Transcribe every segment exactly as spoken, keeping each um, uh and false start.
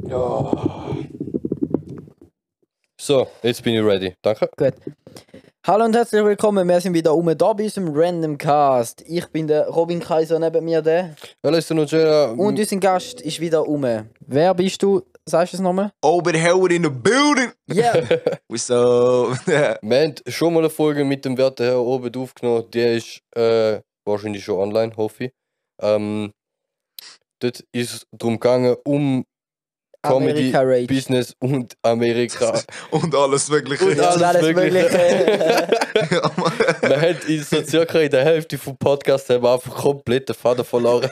Ja. So, jetzt bin ich ready. Danke. Gut. Hallo und herzlich willkommen. Wir sind wieder um da bei unserem Random Cast. Ich bin der Robin Kaiser, neben mir der. Hallo, ist der Nogera. Und unser Gast ist wieder um. Wer bist du? Sagst du es nochmal? Ober Howard in the building! Ja. Yeah. Wieso? Wir haben schon mal eine Folge mit dem werten Herr Oben aufgenommen. Der ist äh, wahrscheinlich schon online, hoffe ich. Ähm, dort ist es darum gegangen, um Comedy, America Business und Amerika. Und alles Mögliche. Und alles, alles Mögliche. Ja, Mann. Wir haben in so circa in der Hälfte vom Podcast haben wir einfach komplett den Faden verloren.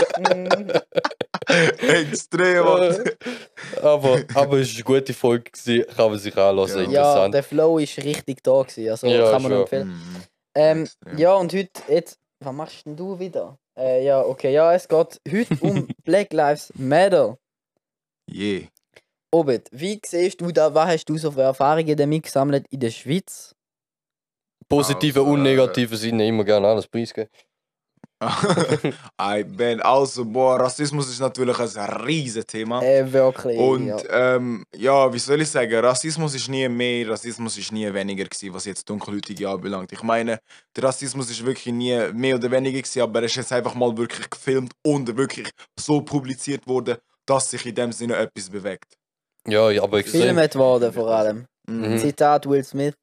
Extrem. Mann. aber, aber es war eine gute Folge, gewesen, kann man sich anhören, Ja. Ja, interessant. der Flow ist richtig da gewesen, also Ja, kann man nur schon. empfehlen. Mhm. Ähm, Extrem. ja, und heute, jetzt, was machst denn du wieder? Äh, ja, okay, ja, es geht heute um Black Lives Matter. Yeah. Obet, wie siehst du da, was hast du so für Erfahrungen damit gesammelt in der Schweiz? Positive Also, und äh, negative Sinne immer gerne alles preisgeben. I bin also, boah, Rassismus ist natürlich ein riesiges Thema. Äh, wirklich, Und ja. ähm, ja, wie soll ich sagen, Rassismus ist nie mehr, Rassismus ist nie weniger gewesen, was jetzt Dunkelhäutige anbelangt. Ich meine, der Rassismus ist wirklich nie mehr oder weniger gewesen, aber er ist jetzt einfach mal wirklich gefilmt und wirklich so publiziert worden, dass sich in dem Sinne etwas bewegt. Ja, ja, aber extrem. Gefilmt worden vor allem. Mhm. Zitat Will Smith.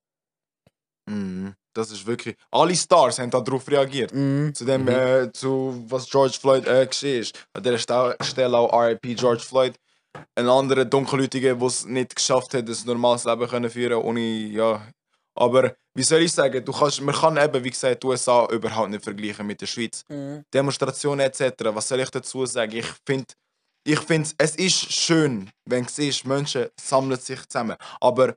Mhm. Das ist wirklich. Alle Stars haben darauf reagiert. Mhm. Zu dem, Mhm. äh, zu was George Floyd äh, geschehen ist. An dieser Sta- Stelle auch R I P George Floyd. Ein anderer Dunkelhäutiger, der es nicht geschafft hat, ein normales Leben können führen ohne, ja. Aber wie soll ich sagen, du kannst, man kann eben, wie gesagt, die U S A überhaupt nicht vergleichen mit der Schweiz. Mhm. Demonstrationen et cetera. Was soll ich dazu sagen? Ich finde, ich find, es ist schön, wenn du siehst, Menschen sammeln sich zusammen. Aber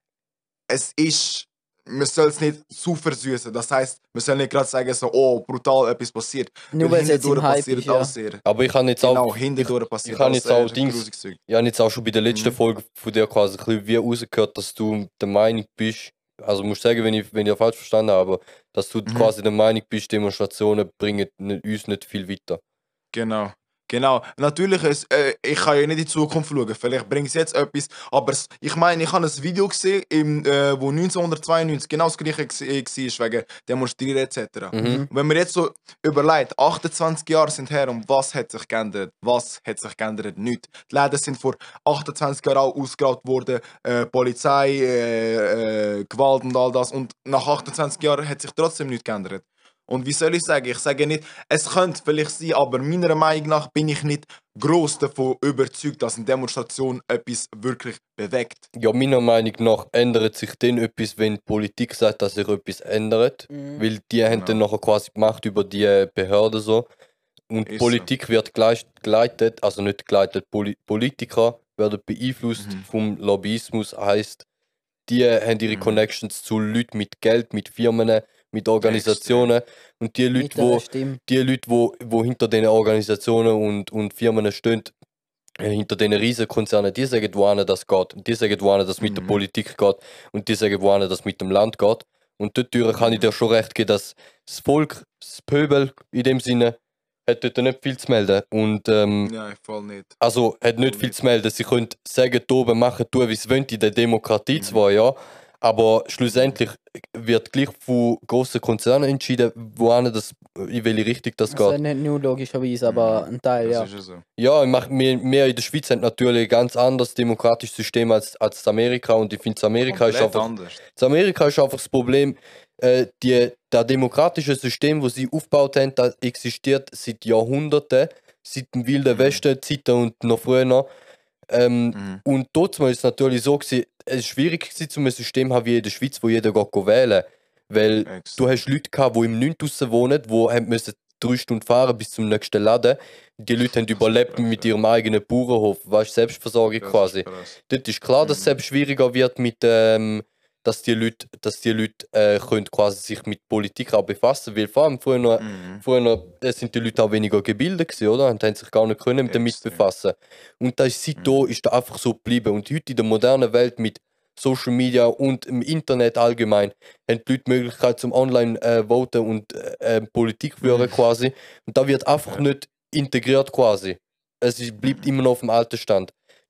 es ist, man soll es nicht zu versüßen. Das heisst, man soll nicht gerade sagen, so, oh, brutal etwas passiert. Nur weil es jetzt im hindurch Hype passiert ist, ja. auch sehr. Aber ich habe jetzt Genau, auch. hindurch passiert ich habe alles, jetzt auch äh, Dings- grusiges Zeug. Ich habe jetzt auch schon bei der letzten Mhm. Folge von dir quasi ein bisschen wie rausgehört, dass du der Meinung bist, also musst sagen, wenn ich, wenn ich falsch verstanden habe, aber dass du Mhm. quasi der Meinung bist, Demonstrationen bringen nicht, uns nicht viel weiter. Genau. Genau. Natürlich, ist, äh, ich kann ja nicht in die Zukunft schauen. Vielleicht bringt es jetzt etwas. Aber s- ich meine, ich habe ein Video gesehen, im, äh, wo neunzehnhundertzweiundneunzig genau das gleiche war, wegen Demonstrieren et cetera. Mhm. Und wenn man jetzt so überlegt, achtundzwanzig Jahre sind her und was hat sich geändert? Was hat sich geändert? Nichts. Die Läden sind vor achtundzwanzig Jahren auch ausgeraubt worden, äh, Polizei, äh, äh, Gewalt und all das. Und nach achtundzwanzig Jahren hat sich trotzdem nichts geändert. Und wie soll ich sagen? Ich sage nicht, es könnte vielleicht sein, aber meiner Meinung nach bin ich nicht gross davon überzeugt, dass eine Demonstration etwas wirklich bewegt. Ja, meiner Meinung nach ändert sich dann etwas, wenn die Politik sagt, dass sich etwas ändert. Mhm. Weil die haben dann Genau. nachher quasi die Macht über die Behörden so. Und Ist Politik wird gleich- geleitet, also nicht geleitet, Poli Politiker werden beeinflusst Mhm. vom Lobbyismus, heisst, die haben ihre Mhm. Connections zu Leuten mit Geld, mit Firmen, mit Organisationen. Und die Leute, Mit einer wo, Stimme. die Leute, wo, wo hinter diesen Organisationen und, und Firmen stehen, äh, hinter diesen riesen Konzernen, die sagen, wohin das geht. Und die sagen, wohin das mit der Mhm. Politik geht. Und die sagen, wohin das mit dem Land geht. Und dort kann ich dir schon recht geben, dass das Volk, das Pöbel in dem Sinne, hat dort nicht viel zu melden. Und ähm, Nein, voll nicht. also hat nicht Voll viel nicht. zu melden. Sie können sagen, da oben machen, tun, wie sie wollen, in der Demokratie Mhm. zwar, ja. Aber schlussendlich wird gleich von grossen Konzernen entschieden, wohin das, in welche Richtung das Also geht. nicht nur logischerweise, aber ein Teil, ja. Das ist ja so. Ja, ich mach, wir, wir in der Schweiz haben natürlich ein ganz anderes demokratisches System als, als Amerika. Und ich finde, Amerika ist Komplett einfach anders. in Amerika ist einfach das Problem, äh, die, das demokratische System, das sie aufgebaut haben, das existiert seit Jahrhunderten, seit dem Wilden Mhm. Westen Zeiten und noch früher noch. Ähm, Mhm. Und dort war es natürlich so, gewesen, es war schwierig, gewesen, um ein System zu haben wie in der Schweiz, wo jeder geht go wählen. Weil Extrem. du hast Leute gehabt, die im Nichts draussen wohnen, die haben müssen drei Stunden fahren bis zum nächsten Laden. Die Leute haben Das ist überlebt krass, mit ja. ihrem eigenen Bauernhof, weißt du, Selbstversorgung Das ist quasi. krass. Dort ist klar, dass es Mhm. selbst schwieriger wird, mit, ähm, dass die Leute, dass die Leute äh, können quasi sich mit Politik auch befassen können. Weil vor allem früher, noch, Mhm. früher noch, äh, sind die Leute auch weniger gebildet gewesen, oder? Und haben sich gar nicht können damit Extrem. befassen. Und das ist seitdem Mhm. ist da einfach so geblieben. Und heute in der modernen Welt mit Social Media und im Internet allgemein haben die Leute die Möglichkeit zum online äh, voten und äh, äh, Politik führen Mhm. quasi. Und da wird einfach Ja. nicht integriert quasi. Es ist, bleibt Mhm. immer noch auf dem alten Stand.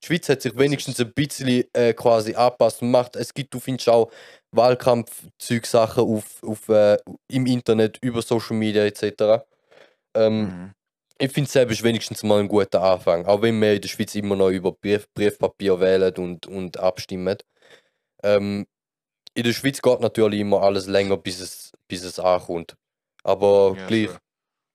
Die Schweiz hat sich wenigstens ein bisschen äh, quasi angepasst und macht. Es gibt, du findest auch Wahlkampf-Zeug-Sachen auf, auf, äh, im Internet, über Social Media et cetera. Ähm, Mhm. Ich finde es selber ist wenigstens mal ein guter Anfang. Auch wenn wir in der Schweiz immer noch über Brief, Briefpapier wählen und, und abstimmen. Ähm, in der Schweiz geht natürlich immer alles länger, bis es, bis es ankommt. Aber Ja, gleich. sure.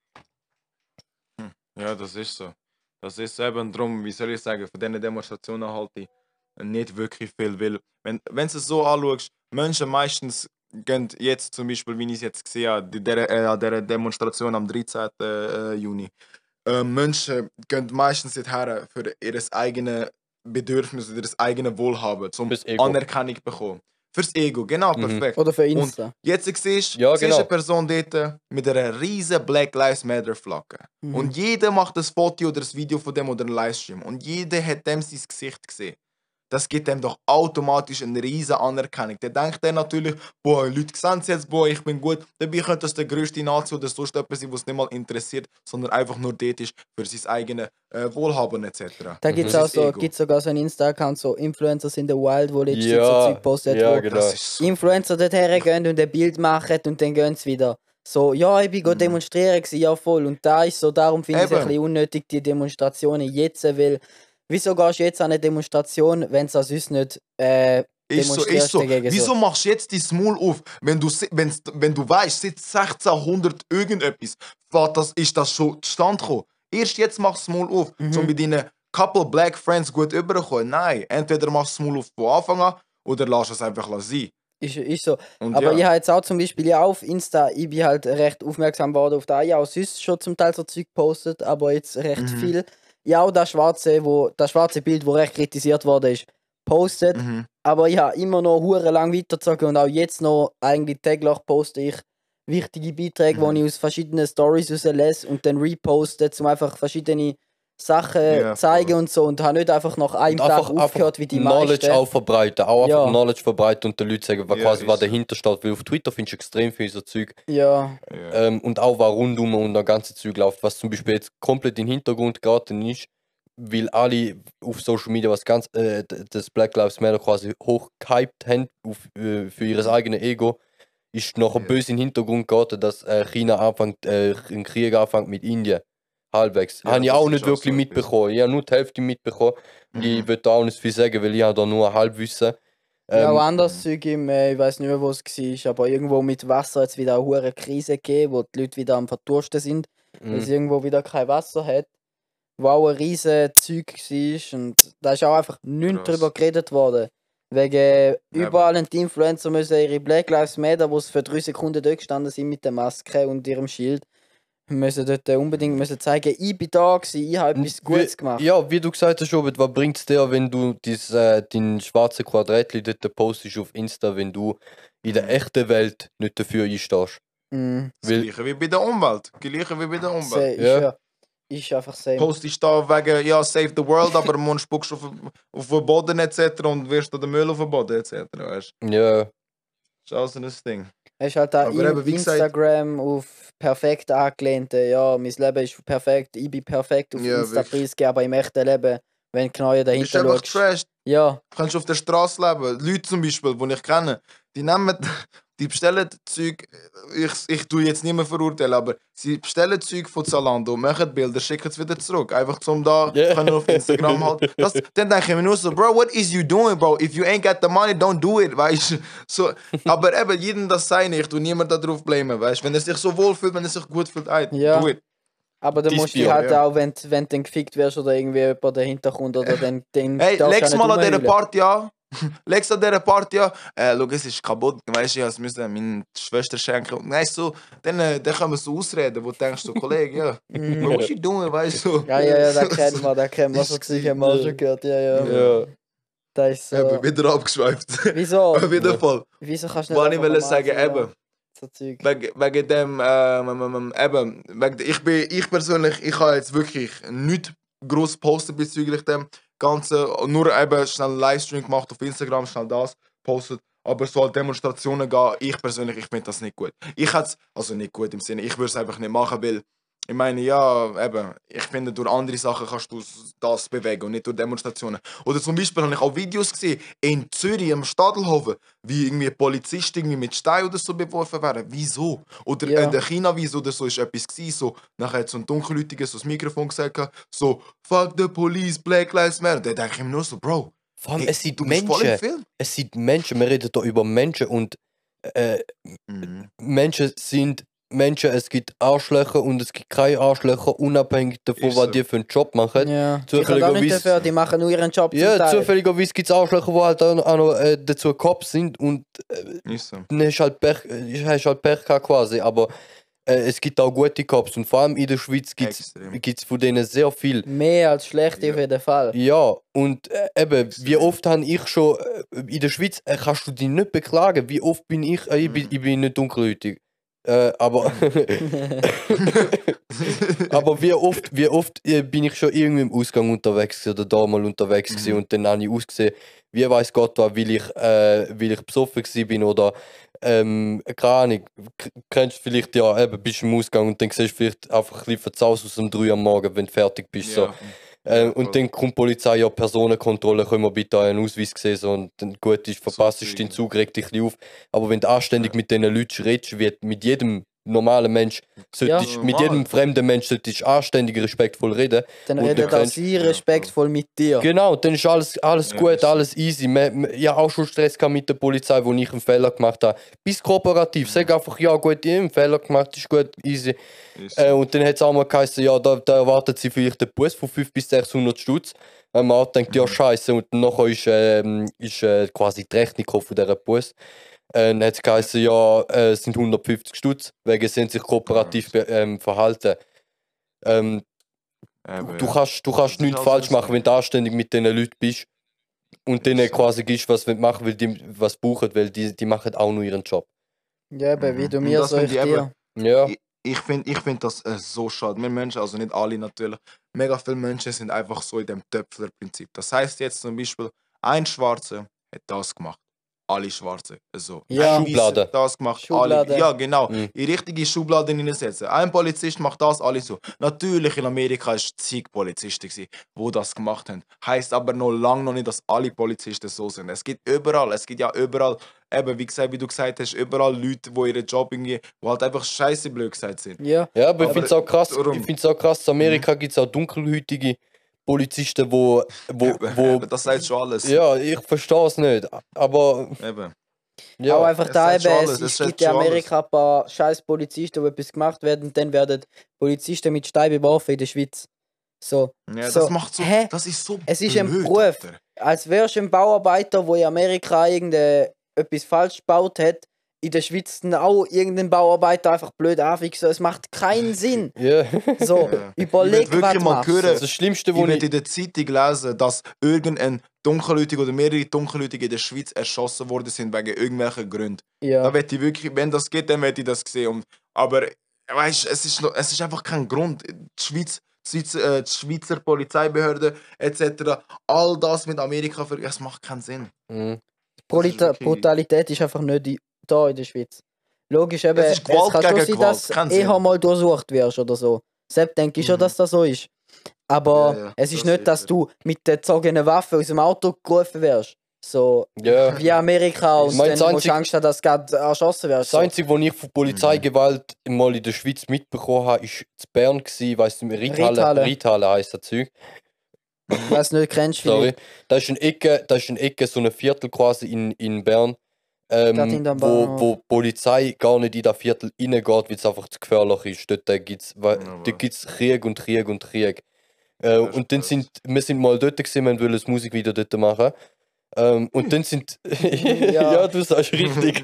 Hm. Ja, das ist so. Das ist eben drum, wie soll ich sagen, von diesen Demonstrationen halte ich nicht wirklich viel. Weil, wenn, wenn du es so anschaust, Menschen meistens gehen jetzt zum Beispiel, wie ich es jetzt gesehen habe, die- der, äh, an dieser Demonstration am dreizehnten äh, Juni, äh, Menschen gehen meistens nicht her für ihr eigenes Bedürfnis oder ihr eigenes Wohlhaben, um Fürs Ego. Anerkennung zu bekommen. Fürs Ego, genau, Mhm. perfekt. Oder für Und Insta. jetzt siehst Ja, du genau. eine Person dort mit einer riesen Black Lives Matter Flagge. Mhm. Und jeder macht ein Foto oder ein Video von dem oder einen Livestream. Und jeder hat dem sein Gesicht gesehen. Das gibt dem doch automatisch eine riesen Anerkennung. Der denkt dann natürlich, boah, Leute sehen es jetzt, boah, ich bin gut. Dabei könnte das der grösste Nazi oder sonst etwas sein, was nicht mal interessiert, sondern einfach nur dort ist für sein eigenes äh, Wohlhaben et cetera. Da Mhm. gibt es Das auch ist so, Ego. gibt's sogar so einen Insta-Account, so Influencers in the Wild, wo letztens so Ja, Zeug postet, ja, wo genau. Das ist so. Influencer dort hergehen und ein Bild machen und dann gehen sie wieder. So, ja, ich bin go Mhm. demonstrieren gewesen, ja voll. Und da ist so, darum finde ich es ein Eben. bisschen unnötig, die Demonstrationen jetzt, weil wieso gehst du jetzt an eine Demonstration, wenn du sonst nicht äh, Ist so, ist demonstrierst so. dagegen? Wieso So. machst du jetzt dein Maul auf, wenn du, si- wenn's, wenn du weißt, seit sechzehnhundert irgendetwas, war das, ist das schon zustande gekommen? Erst jetzt machst du das Maul auf, Mhm. um mit deinen couple black friends gut überzukommen. Nein, entweder machst du das Maul auf von Anfang an oder lass es einfach sein. Ist, ist so. Und Aber ja. ich habe jetzt auch zum Beispiel ja auf Insta, ich bin halt recht aufmerksam geworden auf da. Ich habe auch sonst schon zum Teil so Zeug gepostet, aber jetzt recht Mhm. viel. Ja, auch das schwarze, wo, das schwarze Bild, wo recht kritisiert worden ist, postet. Mhm. Aber ich habe immer noch hure lang weitergezogen und auch jetzt noch eigentlich täglich poste ich wichtige Beiträge, Mhm. die ich aus verschiedenen Stories rauslese und dann reposte, um einfach verschiedene Sachen Ja, zeigen voll. und so. Und habe nicht einfach nach einem Und Tag einfach, aufgehört einfach wie die Knowledge meisten. auch verbreiten. Auch Ja. einfach Knowledge verbreiten und den Leuten sagen, was Ja, quasi was ist so. dahinter steht. Weil auf Twitter findest du extrem viel so Zeug. Ja, Ja. Ähm, und auch was rundum und das ganze Zeug läuft. Was zum Beispiel jetzt komplett in den Hintergrund geraten ist, weil alle auf Social Media was ganz, äh, d- das Black Lives Matter quasi hochgehypt haben auf, äh, für ihr eigenes Ego, ist nachher Ja. böse in den Hintergrund geraten, dass äh, China anfängt, äh, einen Krieg anfängt mit Indien. Halbwegs. Ja, habe ich das auch ist nicht auch wirklich so etwas. mitbekommen. Ich habe nur die Hälfte mitbekommen. Und ich Mhm. will da auch nicht viel sagen, weil ich habe da nur ein Halbwissen. ja, auch Ähm, anderes mhm. Zeug im, äh, ich weiß nicht mehr, wo es war, aber irgendwo mit Wasser hat es wieder eine hohe Krise gegeben, wo die Leute wieder am Verdursten sind, weil es mhm. irgendwo wieder kein Wasser hat, wo auch ein riesen Zeug war und da ist auch einfach nichts Krass. darüber geredet worden. Wegen äh, Eben. überall haben die Influencer müssen ihre Black Lives Matter, wo sie für drei Sekunden dort gestanden sind mit der Maske und ihrem Schild, müssen dort äh, unbedingt müssen zeigen, ich bin da gewesen, ich habe Und etwas Gutes wie, gemacht. Ja, wie du gesagt hast, Robert, was bringt es dir, wenn du dies, äh, dein schwarze Quadratli dort postest auf Insta, wenn du in der Mhm. echten Welt nicht dafür einstehst? Mm, Das Weil, gleiche wie bei der Umwelt. Gleiche wie bei der se- Umwelt. ist, Ja. ja, ist einfach same. Postest da wegen, ja, save the world, aber man spuckst auf, auf den Boden et cetera und wirst den Müll auf den Boden et cetera. Weißt du? ja, Das ist alles ein Ding. Es ist halt auch Aber in eben, wie gesagt- Instagram auf perfekt angelehnt. Ja, mein Leben ist perfekt, ich bin perfekt auf Ja, Insta wirklich. preisgeben, aber im echten Leben, wenn du genau Du bist dahinter einfach schaust. trash. Ja, Du kannst auf der Straße leben. Leute zum Beispiel, die ich kenne, die nehmen, die bestellen Zeug, ich, ich tue jetzt niemanden verurteilen, aber sie bestellen Zeug von Zalando, machen Bilder, schicken es wieder zurück. Einfach zum da Ja. können auf Instagram halt. Das, dann denke ich mir nur so, Bro, what is you doing, bro? If you ain't got the money, don't do it, weißt du? So, aber eben, jedem das sei nicht und niemand darauf blamen, weißt du? Wenn er sich so wohl fühlt, wenn er sich gut fühlt, ey, Ja. do it. aber dann Dies musst du Bier, halt ja. auch, wenn, du- wenn du dann gefickt wirst oder irgendwie jemand dahinter kommt oder dann, dann Hey, darfst du leg's auch mal an nicht dieser rumheulen. Party an. Leg's an dieser Party an. Äh, schau, es ist kaputt. Weißt du, ich musste meine Schwester schenken. Nein, so, dann, äh, dann können wir so ausreden, wo du denkst, so, Kollege, ja, Mhm. bro, what you doing, weißt du? Ja, ja, ja, da kennt man, da kennt man so Ist Gesichter, haben wir auch schon gehört. Ja, ja. ja. Da ist so. Eben, wieder abgeschweift. Wieso? Auf jeden Fall. Wieso kannst du nicht Was ich einfach will normal sagen, sein, ja? eben, So Zeug. wegen, wegen dem, ähm, ähm, ähm, eben, wegen, ich bin, ich persönlich, ich habe jetzt wirklich nichts gross posten bezüglich dem Ganzen, nur eben schnell einen Livestream gemacht auf Instagram, schnell das postet, aber so an Demonstrationen gehen, ich persönlich, ich finde das nicht gut. Ich hätte also nicht gut im Sinne, ich würde es einfach nicht machen, weil Ich meine, ja, eben, ich finde, durch andere Sachen kannst du das bewegen und nicht durch Demonstrationen. Oder zum Beispiel habe ich auch Videos gesehen, in Zürich, am Stadelhofen, wie irgendwie Polizisten irgendwie mit Steinen oder so beworfen werden. Wieso? Oder Ja. in der China-Wiese oder so ist etwas gewesen, so, nachher hat so ein Dunkelhäutiger so das Mikrofon gesagt, so, fuck the police, Black Lives Matter. Da denke ich mir nur so, Bro, Vor allem, hey, es sind du bist voll im Menschen. Film. Es sind Menschen. Wir reden hier über Menschen und äh, Mhm. Menschen sind Menschen. Es gibt Arschlöcher und es gibt keine Arschlöcher, unabhängig davon, Ist was so. die für einen Job machen. Ja, die können auch nicht Zufälligerweise- dafür, die machen nur ihren Job zum Ja, Teil. zufälligerweise gibt es Arschlöcher, die halt auch noch, auch noch äh, dazu Cops sind und äh, Ist so. dann hast du halt Pech, äh, hast halt Pech gehabt quasi. Aber äh, es gibt auch gute Cops und vor allem in der Schweiz gibt Extrem. es von denen sehr viel. Mehr als schlecht Ja. auf jeden Fall. Ja, und äh, eben, wie oft habe ich schon äh, in der Schweiz, äh, kannst du dich nicht beklagen, wie oft bin ich, äh, ich, bin, ich bin nicht dunkelhäutig. Äh, aber aber wie oft, wie oft äh, bin ich schon irgendwie im Ausgang unterwegs gewesen oder da mal unterwegs gewesen Mhm. und dann habe ich ausgesehen, wie weiß Gott was, weil ich, äh, weil ich besoffen gewesen bin oder ähm, keine Ahnung, k- kennst du vielleicht, ja, eben, bist im Ausgang und dann siehst du vielleicht einfach ein bisschen verzaust aus um drei am Morgen, wenn du fertig bist. So. Ja. Ähm, Ja, und voll. dann kommt die Polizei, ja, Personenkontrolle, können wir bitte einen Ausweis sehen, so, und dann gut ist, verpasst So ist den Zeug. Zug, regt dich ein bisschen auf. Aber wenn du anständig Ja. mit diesen Leuten redest, wie mit jedem normalen Mensch, solltest, Ja. mit Normal. jedem fremden Mensch solltest du anständig, respektvoll reden. Dann Und redet du auch kennst- sie Ja, respektvoll mit dir. Genau, dann ist alles, alles Ja, gut, ist so. alles easy. Me- me- Ich habe auch schon Stress gehabt mit der Polizei, wo ich einen Fehler gemacht habe. Bist kooperativ, sag einfach, ja gut, ich habe einen Fehler gemacht, ist gut, easy. Ist so. Äh, und dann hat es auch mal geheißen, ja, da, da erwartet sie vielleicht einen Bus von fünfhundert bis sechshundert Stutz. Wenn man auch denkt, ja, Mhm. scheiße. Und dann nachher ist, ähm, ist äh, quasi die Rechnung gekommen von dieser Bus. Äh, dann hat es geheißen, ja, äh, es sind hundertfünfzig Stutz, wegen sie haben sich kooperativ be- ähm, verhalten. Ähm, Eben, du ja. kannst, du kannst Das ist nichts auch falsch so. machen, wenn du anständig mit diesen Leuten bist und denen so. quasi gibst, was sie machen, weil die was brauchen, weil die, die machen auch nur ihren Job. Ja, eben, wie Mhm. du Und mir, das so ich finde ich dir. Ja, Ich, ich finde ich find das äh, so schade. Wir Menschen, also nicht alle natürlich, mega viele Menschen sind einfach so in dem Töpflerprinzip. Das heißt jetzt zum Beispiel, ein Schwarzer hat das gemacht. Alle Schwarze. So. Ja. Ein Weißer Schublade. hat das gemacht. Schublade. Alle. Ja, genau. Mhm. In richtige Schubladen hineinsetzen. Ein Polizist macht das, alle so. Natürlich in Amerika ist zig Polizisten gewesen, die das gemacht haben. Heißt aber noch lange noch nicht, dass alle Polizisten so sind. Es gibt überall, es gibt ja überall, eben wie gesagt, wie du gesagt hast, überall Leute, die ihren Job irgendwie, die halt einfach scheiße blöd gesagt sind. Ja, ja, aber ich Aber finde es auch krass. darum- Ich finde es auch krass. In Amerika gibt es auch dunkelhäutige Polizisten, wo, wo, Eben, wo eben, das sagt schon alles. ja, ich verstehe es nicht. Aber Eben. ja, auch einfach es da sagt schon eben, alles, es, es es sagt gibt in schon alles. Amerika ein paar scheiß Polizisten, die etwas gemacht werden, und dann werden Polizisten mit Steinen beworfen in der Schweiz. So, Ja, So, das macht so, hä? das ist so Es ist ein blöd, Beruf. Alter. als wärst du ein Bauarbeiter, der in Amerika irgendetwas falsch gebaut hat, in der Schweiz dann auch irgendein Bauarbeiter einfach blöd anfixen. Es macht keinen Sinn. ja. So, Ja. überleg, Ich will was wirklich du mal machst. hören. Das Schlimmste, Ich wo werde ich. in der Zeitung lesen, dass irgendein Dunkelhäutige oder mehrere Dunkelhäutige in der Schweiz erschossen worden sind wegen irgendwelchen Gründen. Ja. Da werde ich wirklich, wenn das geht, dann werde ich das sehen. Und, aber weißt, es ist noch, es ist einfach kein Grund. Die Schweiz, die Schweizer, äh, die Schweizer Polizeibehörde et cetera. All das mit Amerika, für, es macht keinen Sinn. Mhm. Brutita wirklich- Brutalität ist einfach nicht i- da in der Schweiz. Logisch, eben, Es ist Gewalt kann schon gegen sein, Gewalt, dass kein eher Sinn. mal durchsucht wirst oder so. Selbst denke ich schon, Mhm. dass das so ist. Aber Ja, ja, es ist das nicht, dass sicher. du mit der gezogenen Waffe aus dem Auto gerufen wirst. So Ja. wie Amerika und Mein dann musst einzig- du Angst haben, dass du gerade erschossen wirst. Das Einzige, was ich von Polizeigewalt mal in der Schweiz mitbekommen habe, war in Bern. Ich weiss nicht mehr, Reithalle. Reithalle. Reithalle heisst das Zeug. Ich weiß nicht, kennst du Sorry. vielleicht. Da ist eine Ecke, da ist eine Ecke, so ein Viertel quasi in, in Bern, Gerade ähm, hinterm wo, Bahnhof. wo die Polizei gar nicht in das Viertel reingeht, weil es einfach zu gefährlich ist. Dort gibt es Ja, gibt's Krieg und Krieg und Krieg. Äh, Das ist und dann krass. sind wir sind mal dort gewesen, wir wollten ein Musikvideo dort machen. Ähm, und dann sind. ja. Ja. du sagst richtig.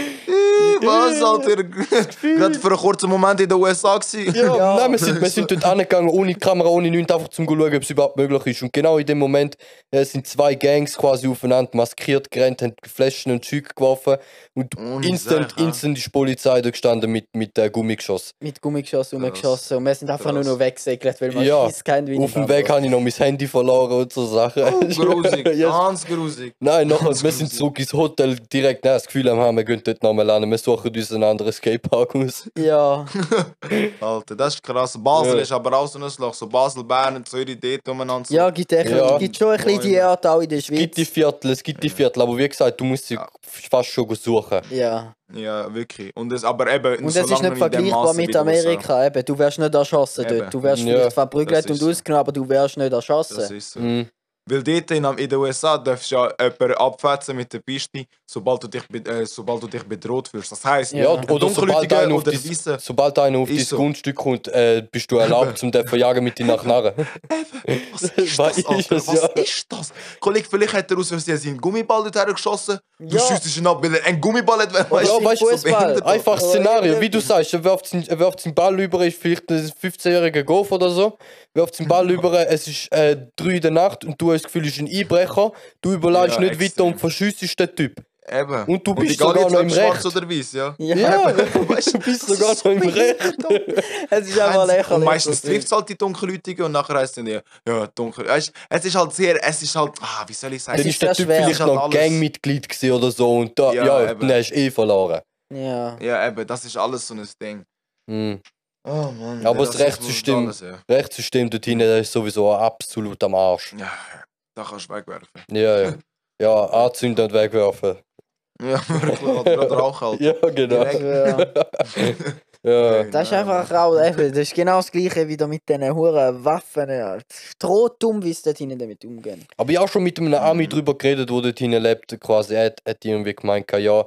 Äh, Was, Alter? Gerade für einen kurzen Moment in den U S A gewesen. Ja, Ja. nein, wir sind, wir sind dort angegangen, ohne Kamera, ohne nichts, einfach zum schauen, ob es überhaupt möglich ist. Und genau in dem Moment äh, sind zwei Gangs quasi aufeinander maskiert gerannt, haben Flaschen und Zeug geworfen. Und Ohne instant, Sache. instant ist die Polizei da gestanden mit, mit äh, Gummigeschoss. Mit Gummigeschoss Krass. rumgeschossen und wir sind einfach nur Krass. noch weggesegelt, weil man Ja. schießt kein Wein. Auf dem Weg habe ich noch mein Handy verloren und so Sachen. Oh, grusig, ja, ganz grusig. grusig. Nein, nachher, Ganz wir sind grusig. zurück ins Hotel, direkt nein, das Gefühl haben, wir gehen dort nochmal an, wir suchen uns einen anderen Skatepark aus. Ja. Alter, das ist krass. Basel Ja. ist aber auch so ein Loch. So Basel, Bern, Zürich, dort umeinander. So. Ja, gibt, echt, Ja. gibt schon ein bisschen die Art auch in der Es gibt die Schweiz. Viertel, es gibt die Viertel, aber wie gesagt, du musst sie Ja. fast schon suchen. Ja. Ja, wirklich. Und es, aber eben, Und es ist nicht vergleichbar mit Amerika. Eben, du wärst nicht erschossen Eben. dort. Du wärst Ja, vielleicht verprügelt das und ist so. ausgenommen, aber du wärst nicht Das erschossen. ist so. Mhm. Weil dort in, in den U S A darfst du ja jemanden abfetzen mit der Piste, sobald du dich, be- äh, sobald du dich bedroht fühlst. Das heisst, Ja. Ja, Ein oder sobald Dunkelhäutiger einer auf oder dein, Weisse. sobald einer auf Ist dein so. Grundstück kommt, äh, bist du erlaubt, zum den verjagen mit dir nach Narren. Was ist Was das, Alter? ist das, Was ja? ist das? Kollege, vielleicht hat er aus Versehen seinen Gummiball dort hergeschossen. Du Ja. schießt ihn ab, weil er einen Gummiball hat. Oder Ja, im weißt du, so Fußball. behindert. Einfach Oder Szenario, irgendetwas. wie du sagst, er wirft seinen, er wirft seinen Ball über, ist vielleicht ein fünfzehnjähriger Golf oder so, wirft seinen Ball über, es ist äh, drei in der Nacht und du hast das Gefühl, es ist ein Einbrecher, du überlegst Ja, nicht extrem. weiter und verschüssest den Typ. Eben. Und du bist egal sogar jetzt, noch ob im schwarz Recht. oder weiß, ja. Ja. Ja, Weißt du bist das sogar ist so noch im Recht. behindert. Es ist einfach lächerlich. Und meistens das trifft es halt die Dunkelhäutigen und nachher heisst es dann ja, ja, dunkel. Weißt, es ist halt sehr, es ist halt, ah, wie soll ich sagen? Es Dann ist ist der sehr Typ schwer. vielleicht Es ist halt noch alles- Gangmitglied gewesen oder so und da, Ja, ja, eben. dann hast du eh verloren. Ja. Ja, eben, das ist alles so ein Ding. Mhm. Oh Mann. Aber der das Rassismus Rechtssystem- und alles, ja. Rechtssystem dort hinten das ist sowieso absolut am Arsch. Ja, da kannst du wegwerfen. Ja, ja. Ja, anzünden und wegwerfen. Ja, wirklich, oder gerade Rauch halt. Ja, genau. Direkt. Ja. Ja. Das ist einfach auch, eben, das ist genau das gleiche wieder mit diesen huren Waffen. Ja. Strohdumm, wie sie dort hinten damit umgehen. Aber ich habe auch schon mit einem Ami Mhm. drüber geredet, der dort hinten lebt. Quasi, er hat, hat irgendwie gemeint, ja,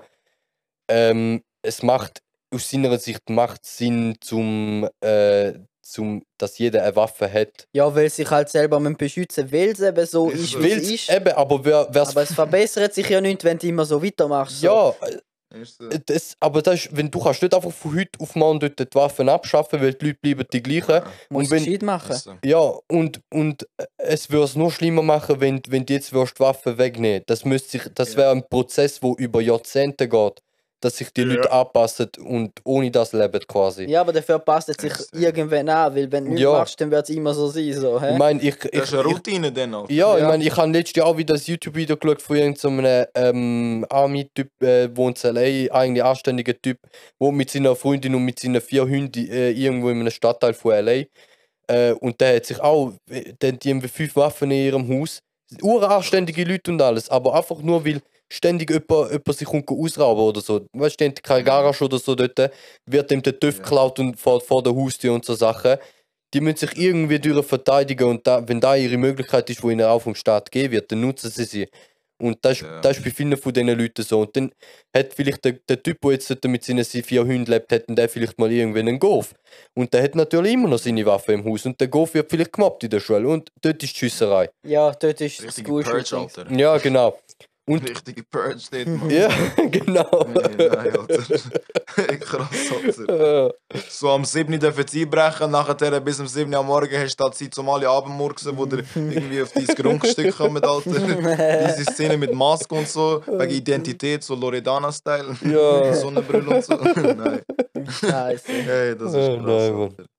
ähm, es macht, aus seiner Sicht macht Sinn, zum, äh, zum, dass jeder eine Waffe hat. Ja, weil sie sich halt selber müssen beschützen, weil es eben so Ist ist, so. wie Will es ist. eben, aber wer, wer's, Aber es verbessert sich ja nicht, wenn du immer so weitermachst. So. ja, Ist so. das, aber das ist, wenn du kannst nicht einfach von heute auf morgen dort die Waffen abschaffen, weil die Leute bleiben die gleichen. Musst und du wenn- gescheit machen. Ist so. Ja, und, und äh, es würde es nur schlimmer machen, wenn, wenn du jetzt würdest die Waffen wegnehmen. Das müsste sich, das Ja. wäre ein Prozess, der über Jahrzehnte geht, dass sich die Ja. Leute anpassen und ohne das leben quasi. Ja, aber dafür passt es sich Extrem. irgendwann an, weil wenn du nichts Ja. machst, dann wird es immer so sein. So, hä? Ich meine, ich, Das ich, ist eine ich, Routine dann halt. ja, ich Ja. meine, ich habe letztes Jahr auch wieder ein YouTube-Video geschaut von irgendeinem ähm, Army-Typ, äh, wo in L A, eigentlich anständiger Typ, der mit seiner Freundin und mit seinen vier Hunden äh, irgendwo in einem Stadtteil von L A. Äh, und der hat sich auch, äh, der hat irgendwie fünf Waffen in ihrem Haus. Uranständige Leute und alles, aber einfach nur, weil ständig jemand, jemand sich kommt ausrauben oder so. Weißt du, keine Garage oder so dort, wird ihm der TÜV Ja. geklaut und vor, vor der Haustür und so Sachen. Die müssen sich irgendwie durch verteidigen und da, wenn da ihre Möglichkeit ist, wo ihnen auch vom Staat gegeben wird, dann nutzen sie sie. Und das, ist- Ja. das ist bei vielen von diesen Leuten so. Und dann hat vielleicht der, der Typ, der jetzt dort mit seinen vier Hunden lebt, hat der vielleicht mal irgendwann einen Golf. Und der hat natürlich immer noch seine Waffe im Haus. Und der Golf wird vielleicht gemobbt in der Schule. Und dort ist die Schüsserei. Ja, dort ist das Richtige School Purge, Shooting. Alter. Ja, genau. Und Richtige Purge steht, Mann. ja, genau. Hey, nein, Alter. Krass, Alter. Äh, So am sieben dürfen sie einbrechen, nachher bis um sieben Uhr am Morgen hast du da Zeit zum alle Abendmurksen, wo dir irgendwie auf dein Grundstück kommen, Alter. Diese Szene mit Maske und so, wegen Identität, so Loredana-Style. Ja. Sonnenbrille und so. Nein. Scheiße. Hey, das ist Oh, krass, nein, Mann. Alter.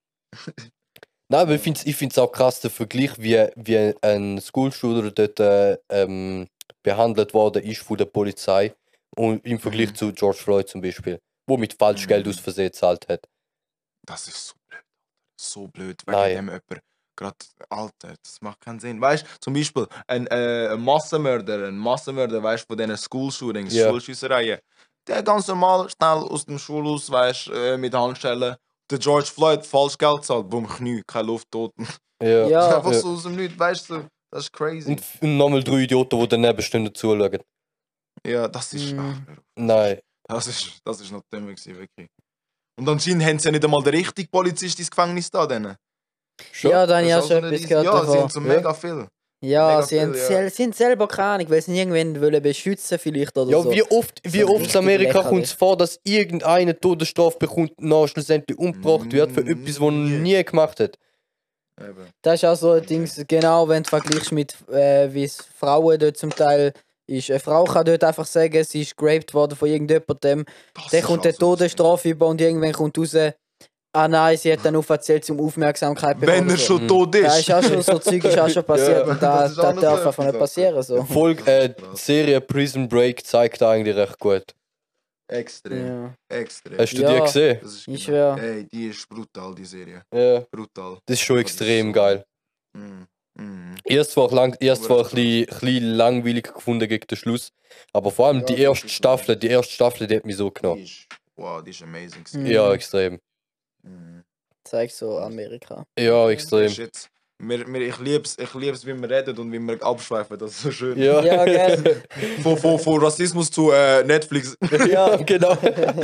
Nein, aber ich finde es ich find's auch krass, der Vergleich, wie, wie ein Schoolshooter dort äh, ähm, behandelt worden ist von der Polizei und im Vergleich Mhm. zu George Floyd zum Beispiel, wo mit Falschgeld Mhm. aus Versehen gezahlt hat. Das ist so blöd. So blöd, wegen Nein. dem jemand gerade, Alter, das macht keinen Sinn. Weißt du, zum Beispiel ein, äh, ein Massenmörder, ein Massenmörder, weißt du, von diesen School-Shootings, Ja. Schulschießereien, der ganz normal, schnell aus dem Schulhaus, weißt du, äh, mit Handschellen. Der George Floyd, falsch Geld zahlt, bumm, Knie, keine Luft, Toten. Ja. Ja. Einfach Ja. so aus dem Nichts, weißt du, das ist crazy. Und, und nochmal drei Idioten, die daneben stehen und zuschauen. Ja, das ist, Mhm. ach, hör auf. Nein. das ist, das ist noch dümmer gewesen, wirklich. Und anscheinend haben sie ja nicht einmal den richtigen Polizist ins Gefängnis da, denen. Schon? Ja, dann habe ich Das auch ist schon also eine etwas riesige- gehört Ja, sie davon. haben so Ja. mega viel. Ja, mega sie haben viel, sel sind selber keine Ahnung, weil sie irgendwann wollen beschützen vielleicht oder Ja, so. wie oft, wie So oft in richtig Amerika lächerlich. kommt es vor, dass irgendeine Todesstrafe bekommt und nachher schlussendlich umgebracht wird für etwas, was er Nie. nie gemacht hat. Eben. Das ist auch so ein Ding, genau, wenn du vergleichst mit, äh, wie es Frauen dort zum Teil ist. Eine Frau kann dort einfach sagen, sie ist geraped worden von irgendjemandem, Das dann ist kommt der also das Ding. Todesstrafe über und irgendwann kommt raus, ah nein, sie hat dann aufgezählt, um Aufmerksamkeit zu Wenn er so. schon tot Das ist. ist auch schon so Zeug, ist auch schon passiert. Ja. Und da, Das ist da auch noch darf so einfach nicht etwas. passieren. So. Folge, äh, die Serie Prison Break zeigt eigentlich recht gut. Extrem. Ja. Extrem. Hast du Ja. die gesehen? Das ist Ich genau- schwör. Ey, die ist brutal, die Serie. Ja. Brutal. Das ist schon Das ist extrem so- geil. Mm, mm. Erst zwar, lang, erst Aber zwar ein bisschen, bisschen langweilig gefunden gegen den Schluss, aber vor allem Ja, die das erste ist so. Staffel, die erste Staffel, die hat mich so Die genommen. ist, wow, die ist amazing. Mhm. Ja, extrem. Mm. Zeig so Amerika. Ja, Das extrem. ist jetzt, wir, wir, ich liebe es, ich lieb's, wie wir reden und wie wir abschweifen. Das ist so schön. Ja, Ja, gell? Von, von, von Rassismus zu äh, Netflix. ja genau.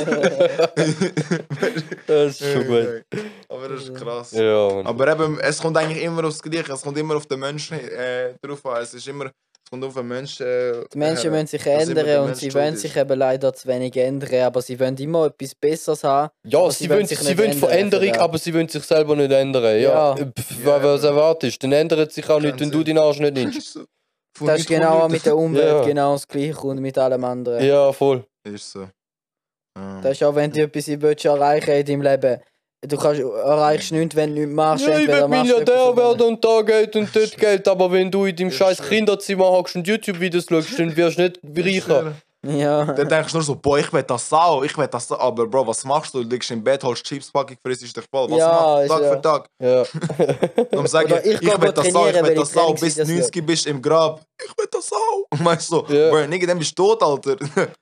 Das ist schon gut. Aber das ist krass. Ja, Mann. Aber eben, es kommt eigentlich immer aufs Gleiche. Es kommt immer auf den Menschen äh, drauf an. Es ist immer, es kommt auf den Menschen. Äh, Die Menschen her, müssen sich dass immer der ändern und Mensch sie schuld wollen ist. sich eben leider zu wenig ändern, aber sie wollen immer etwas Besseres haben. Ja, aber sie, sie wollen wollen, sich sie nicht wollen ändern, Veränderung, ja. aber sie wollen sich selber nicht ändern. Ja, Ja. Pff, Ja, was aber- erwartest du? Dann ändert sich auch nicht, wenn du deinen Arsch nicht nimmst. Ist so. Von Das ist nichts genau auch kommt mit der Umwelt Ja. genau das Gleiche und mit allem anderen. Ja, voll. nichts. Ist so. Ja. Das ist auch, wenn du etwas willst erreichen in deinem Leben. Du kannst, erreichst nichts, wenn du nichts machst. Ja, ich entweder will machst du Milliardär etwas oder werden und da Geld und dort Geld, aber wenn du in deinem Ist scheiß so. Kinderzimmer hockst und YouTube-Videos schaust, dann wirst du nicht reicher. nicht. Ja. Dann denkst du nur so, boah, ich will das auch, ich will das auch. Aber Bro, was machst du? Du liegst im Bett, holst Chips-Packung, frisst dich voll. Was Ja, machst ist du Tag ja. für Tag? Ja. Und sag Oder ich, ich ich, geh will das auch, ich trainieren, will weil das ich auch, bis Trainingsvideos neunzig bist im Grab. Ich will das auch. Und meinst du, Ja. Bro, irgendwann bist du tot, Alter.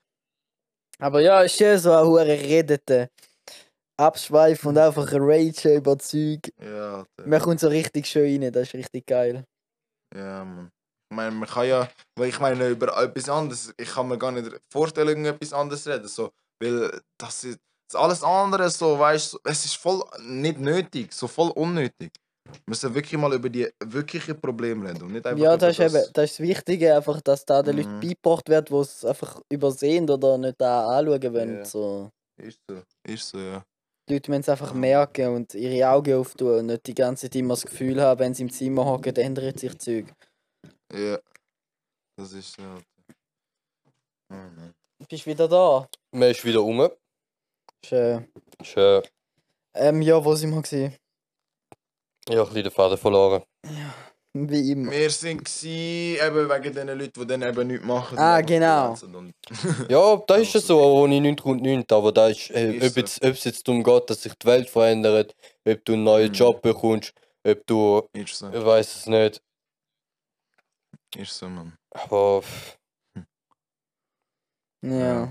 Aber ja, ist ja so ein hure redete Abschweif und einfach ein Rage über Zeug. Ja, Alter. Man kommt so richtig schön rein, das ist richtig geil. Ja, Mann. Ich meine, man kann ja, weil ich meine, über etwas anderes, ich kann mir gar nicht vorstellen, über etwas anderes reden. So, weil das ist das alles andere, so, weißt du, es ist voll nicht nötig, so voll unnötig. Wir müssen wirklich mal über die wirklichen Probleme reden und nicht einfach Ja, über das ist eben das, ist das Wichtige, einfach, dass da den Mhm. Leuten beigebracht wird, die es einfach übersehen oder nicht da anschauen wollen. Ja. So. Ist so, ist so, ja. Die Leute müssen es einfach merken und ihre Augen auftun und nicht die ganze Zeit immer das Gefühl haben, wenn sie im Zimmer hocken, ändert sich Zeug. Ja, das ist so. Alter. Oh, Mann. Bist du wieder da? Man ist wieder rum. Schön. Schön. Ähm, ja, wo sind wir gewesen? Ja, ein bisschen den Faden verloren. Wie immer. Wir sind gsi, eben wegen den Leuten, die dann eben nichts machen. Ah, und einfach genau. freelancen und- Ja, das ist ja so, aber ohne nichts kommt nichts. Aber da ist, äh, Ist ob, so. jetzt, ob es jetzt darum geht, dass sich die Welt verändert, ob du einen neuen Mhm. Job bekommst, ob du, Ist so, ich weiß es nicht. ist so, Mann. Aber pff, Ja.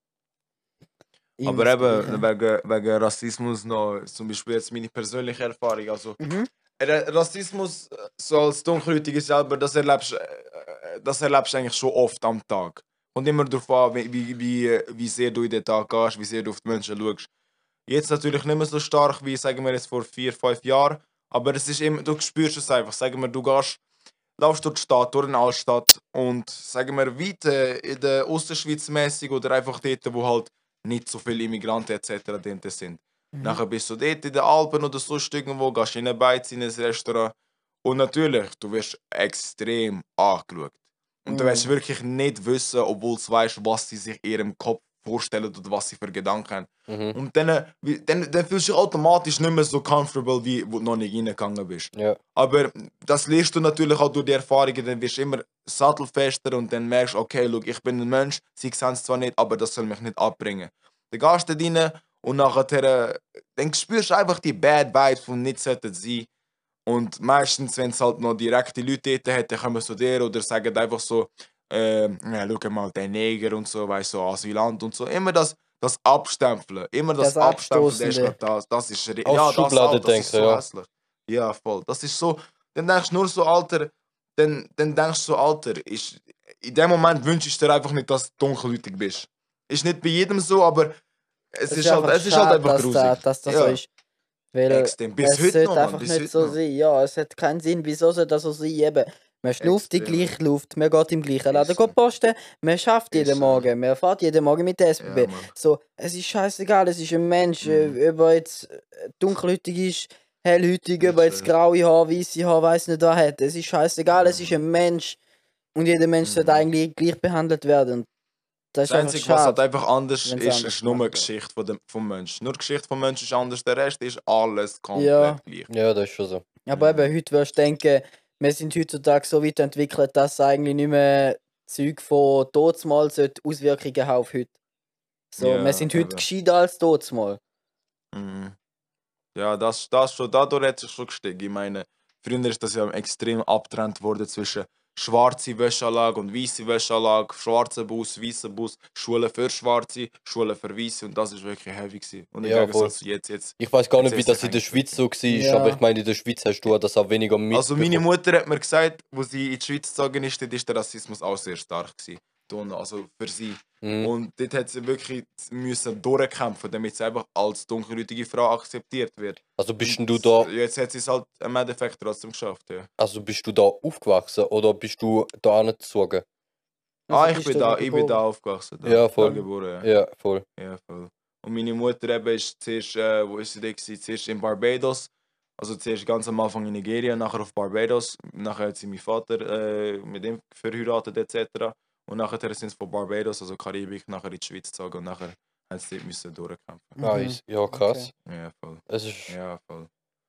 Immer Aber das eben, Gleiche. wegen, wegen Rassismus noch, zum Beispiel jetzt meine persönliche Erfahrung. Also, Mhm. Ra- Rassismus, äh, so als Dunkelhäutige selber, das erlebst, äh, das erlebst du eigentlich schon oft am Tag. Und immer darauf an, wie, wie, wie, wie sehr du in den Tag gehst, wie sehr du auf die Menschen schaust. Jetzt natürlich nicht mehr so stark wie, sagen wir jetzt, vor vier, fünf Jahren. Aber es ist immer, du spürst es einfach. Sagen wir, du gehst, laufst durch die Stadt, durch eine Altstadt und, sagen wir, weit äh, in der Ostschweiz mäßig oder einfach dort, wo halt nicht so viele Immigranten et cetera dort sind. Mhm. Nachher bist du dort in den Alpen oder so irgendwo, gehst in eine Beiz, in ein Restaurant. Und natürlich, du wirst extrem angeschaut. Und du Mhm. wirst wirklich nicht wissen, obwohl du weißt, was sie sich in ihrem Kopf vorstellen oder was sie für Gedanken haben. mhm. Und dann, äh, wie- dann, dann fühlst du dich automatisch nicht mehr so comfortable, wie wo du noch nicht reingegangen bist. Ja. Aber das lernst du natürlich auch durch die Erfahrungen, dann wirst du immer sattelfester und dann merkst du, okay, look, ich bin ein Mensch, sie sehen es zwar nicht, aber das soll mich nicht abbringen. Dann gehst du da rein und nachher, äh, dann spürst du einfach die Bad Vibes, die nicht sollten sein. Und meistens, wenn es halt noch direkte Leute dort hat, dann kommen zu dir oder sagen einfach so, ähm, ja, schau mal, der Neger und so, weißt du, so Asylant und so. Immer das, das Abstempeln, immer das, Das Abstempeln, das ist, Abstoßende. das, das ist, ri- Aus ja, das, Schubladen auch, das ist denken, so ja. hässlich. Ja, voll. Das ist so, dann denkst du nur so, Alter, dann, dann denkst du so, Alter, ist, in dem Moment wünschst du dir einfach nicht, dass du dunkelhäutig bist. Ist nicht bei jedem so, aber es, ist, halt, einfach es ist halt schade, einfach dass grusig. da- dass das Ja. so ist. Weil Extrem. Bis es heute sollte noch, Mann, einfach bis nicht heute so noch. sein. Ja, es hat keinen Sinn. Wieso soll das so sein? Eben, man schnauft die Extrem. gleiche Luft, man geht im gleichen Laden Ist so. geht posten, man schafft Ist jeden so. Morgen, man fährt jeden Morgen mit der S B B. Ja, Mann. So, es ist scheißegal, es ist ein Mensch, Mhm. äh, ob er jetzt äh, dunkelhäutig ist, hellhäutig, ob er Ist jetzt so. graue Haare, weiße Haare, weiß nicht was hat. Es ist scheißegal, Ja, es ist ein Mensch. Und jeder Mensch sollte Mhm. eigentlich gleich behandelt werden. Und Das ist Das einfach Einzige, was halt schade. einfach anders wenn's ist, anders ist nur gemacht die wird. Geschichte von dem, vom Menschen. Nur die Geschichte vom Menschen ist anders, der Rest ist alles komplett Ja. gleich. Ja, das ist schon so. Aber Mhm. eben, heute wirst du denken, wir sind heutzutage so weit entwickelt, dass eigentlich nicht mehr Zeug von Todsmal Auswirkungen haben auf heute. So, Ja, wir sind heute eben. gescheiter als Todsmal. Mhm. Ja, das, das schon, dadurch hat sich schon gestiegen. Ich meine, früher ist das ja extrem abgetrennt worden zwischen schwarze Wäschanlage und weiße Wäschanlage, schwarzer Bus, weißer Bus, Schulen für Schwarze, Schulen für Weiße und das ist wirklich heavy gewesen. Und im Ja, Gegensatz zu jetzt, jetzt. Ich weiß gar Jetzt nicht, wie ist das sich in der eigentlich Schweiz so war, Ja. aber ich meine, in der Schweiz hast du das auch weniger Also meine mitbekommen. Mutter hat mir gesagt, wo sie in die Schweiz gezogen ist, dort ist der Rassismus auch sehr stark gewesen. Dort, also für sie. Mhm. Und dort hat sie wirklich müssen durchkämpfen, damit sie einfach als dunkelhäutige Frau akzeptiert wird. Also bist Und du da, Jetzt hat sie es halt im Endeffekt trotzdem geschafft, ja. also bist du da aufgewachsen oder bist du da angezogen? Ah, Also ich bist bin du da, da ich bin da geboren? aufgewachsen. Da, Ja, voll. Da geboren, ja. Ja, voll. Ja, voll. Und meine Mutter eben ist zuerst, äh, wo ist sie da gewesen? Zuerst in Barbados. Also zuerst ganz am Anfang in Nigeria, nachher auf Barbados. Nachher hat sie meinen Vater äh, mit ihm verheiratet et cetera. Und nachher sind sie von Barbados, also Karibik, nachher in die Schweiz gezogen und nachher haben sie dort müssen durchkämpfen. Nice. Ja, krass. Ja, voll. Es ist, Ja, voll.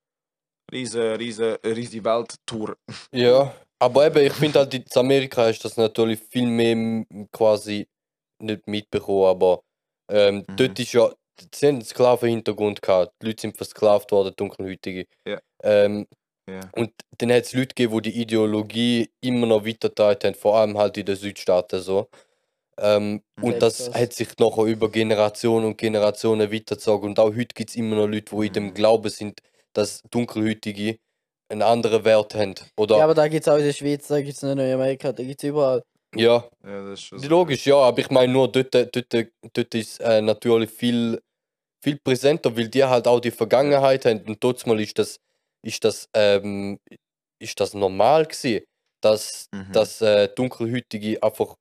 Riese, riese, riese Welttour. ja, aber eben, ich finde halt, in Amerika hast du das natürlich viel mehr m- quasi nicht mitbekommen, aber ähm, Mhm. dort ist ja, sie haben einen Sklavenhintergrund gehabt, die Leute sind versklavt worden, Dunkelhäutige. Ja. Ähm, Ja. Und dann hat es Leute gegeben, die die Ideologie immer noch weitergeteilt haben, vor allem halt in den Südstaaten so. Ähm, Mhm. und das Texas. hat sich nachher über Generationen und Generationen weitergezogen. Und auch heute gibt es immer noch Leute, die in dem Mhm. Glauben sind, dass Dunkelhäutige einen anderen Wert haben. Oder Ja, aber da gibt es auch in der Schweiz, da gibt es nicht nur in Amerika, da gibt es überall. ja, Ja, das ist schon so. logisch, ja, aber ich meine nur, dort, dort, dort ist äh, natürlich viel, viel präsenter, weil die halt auch die Vergangenheit haben. Und trotzdem mal ist das, ist das, ähm, ist das normal gewesen, dass, Mhm. dass äh, Dunkelhäutige einfach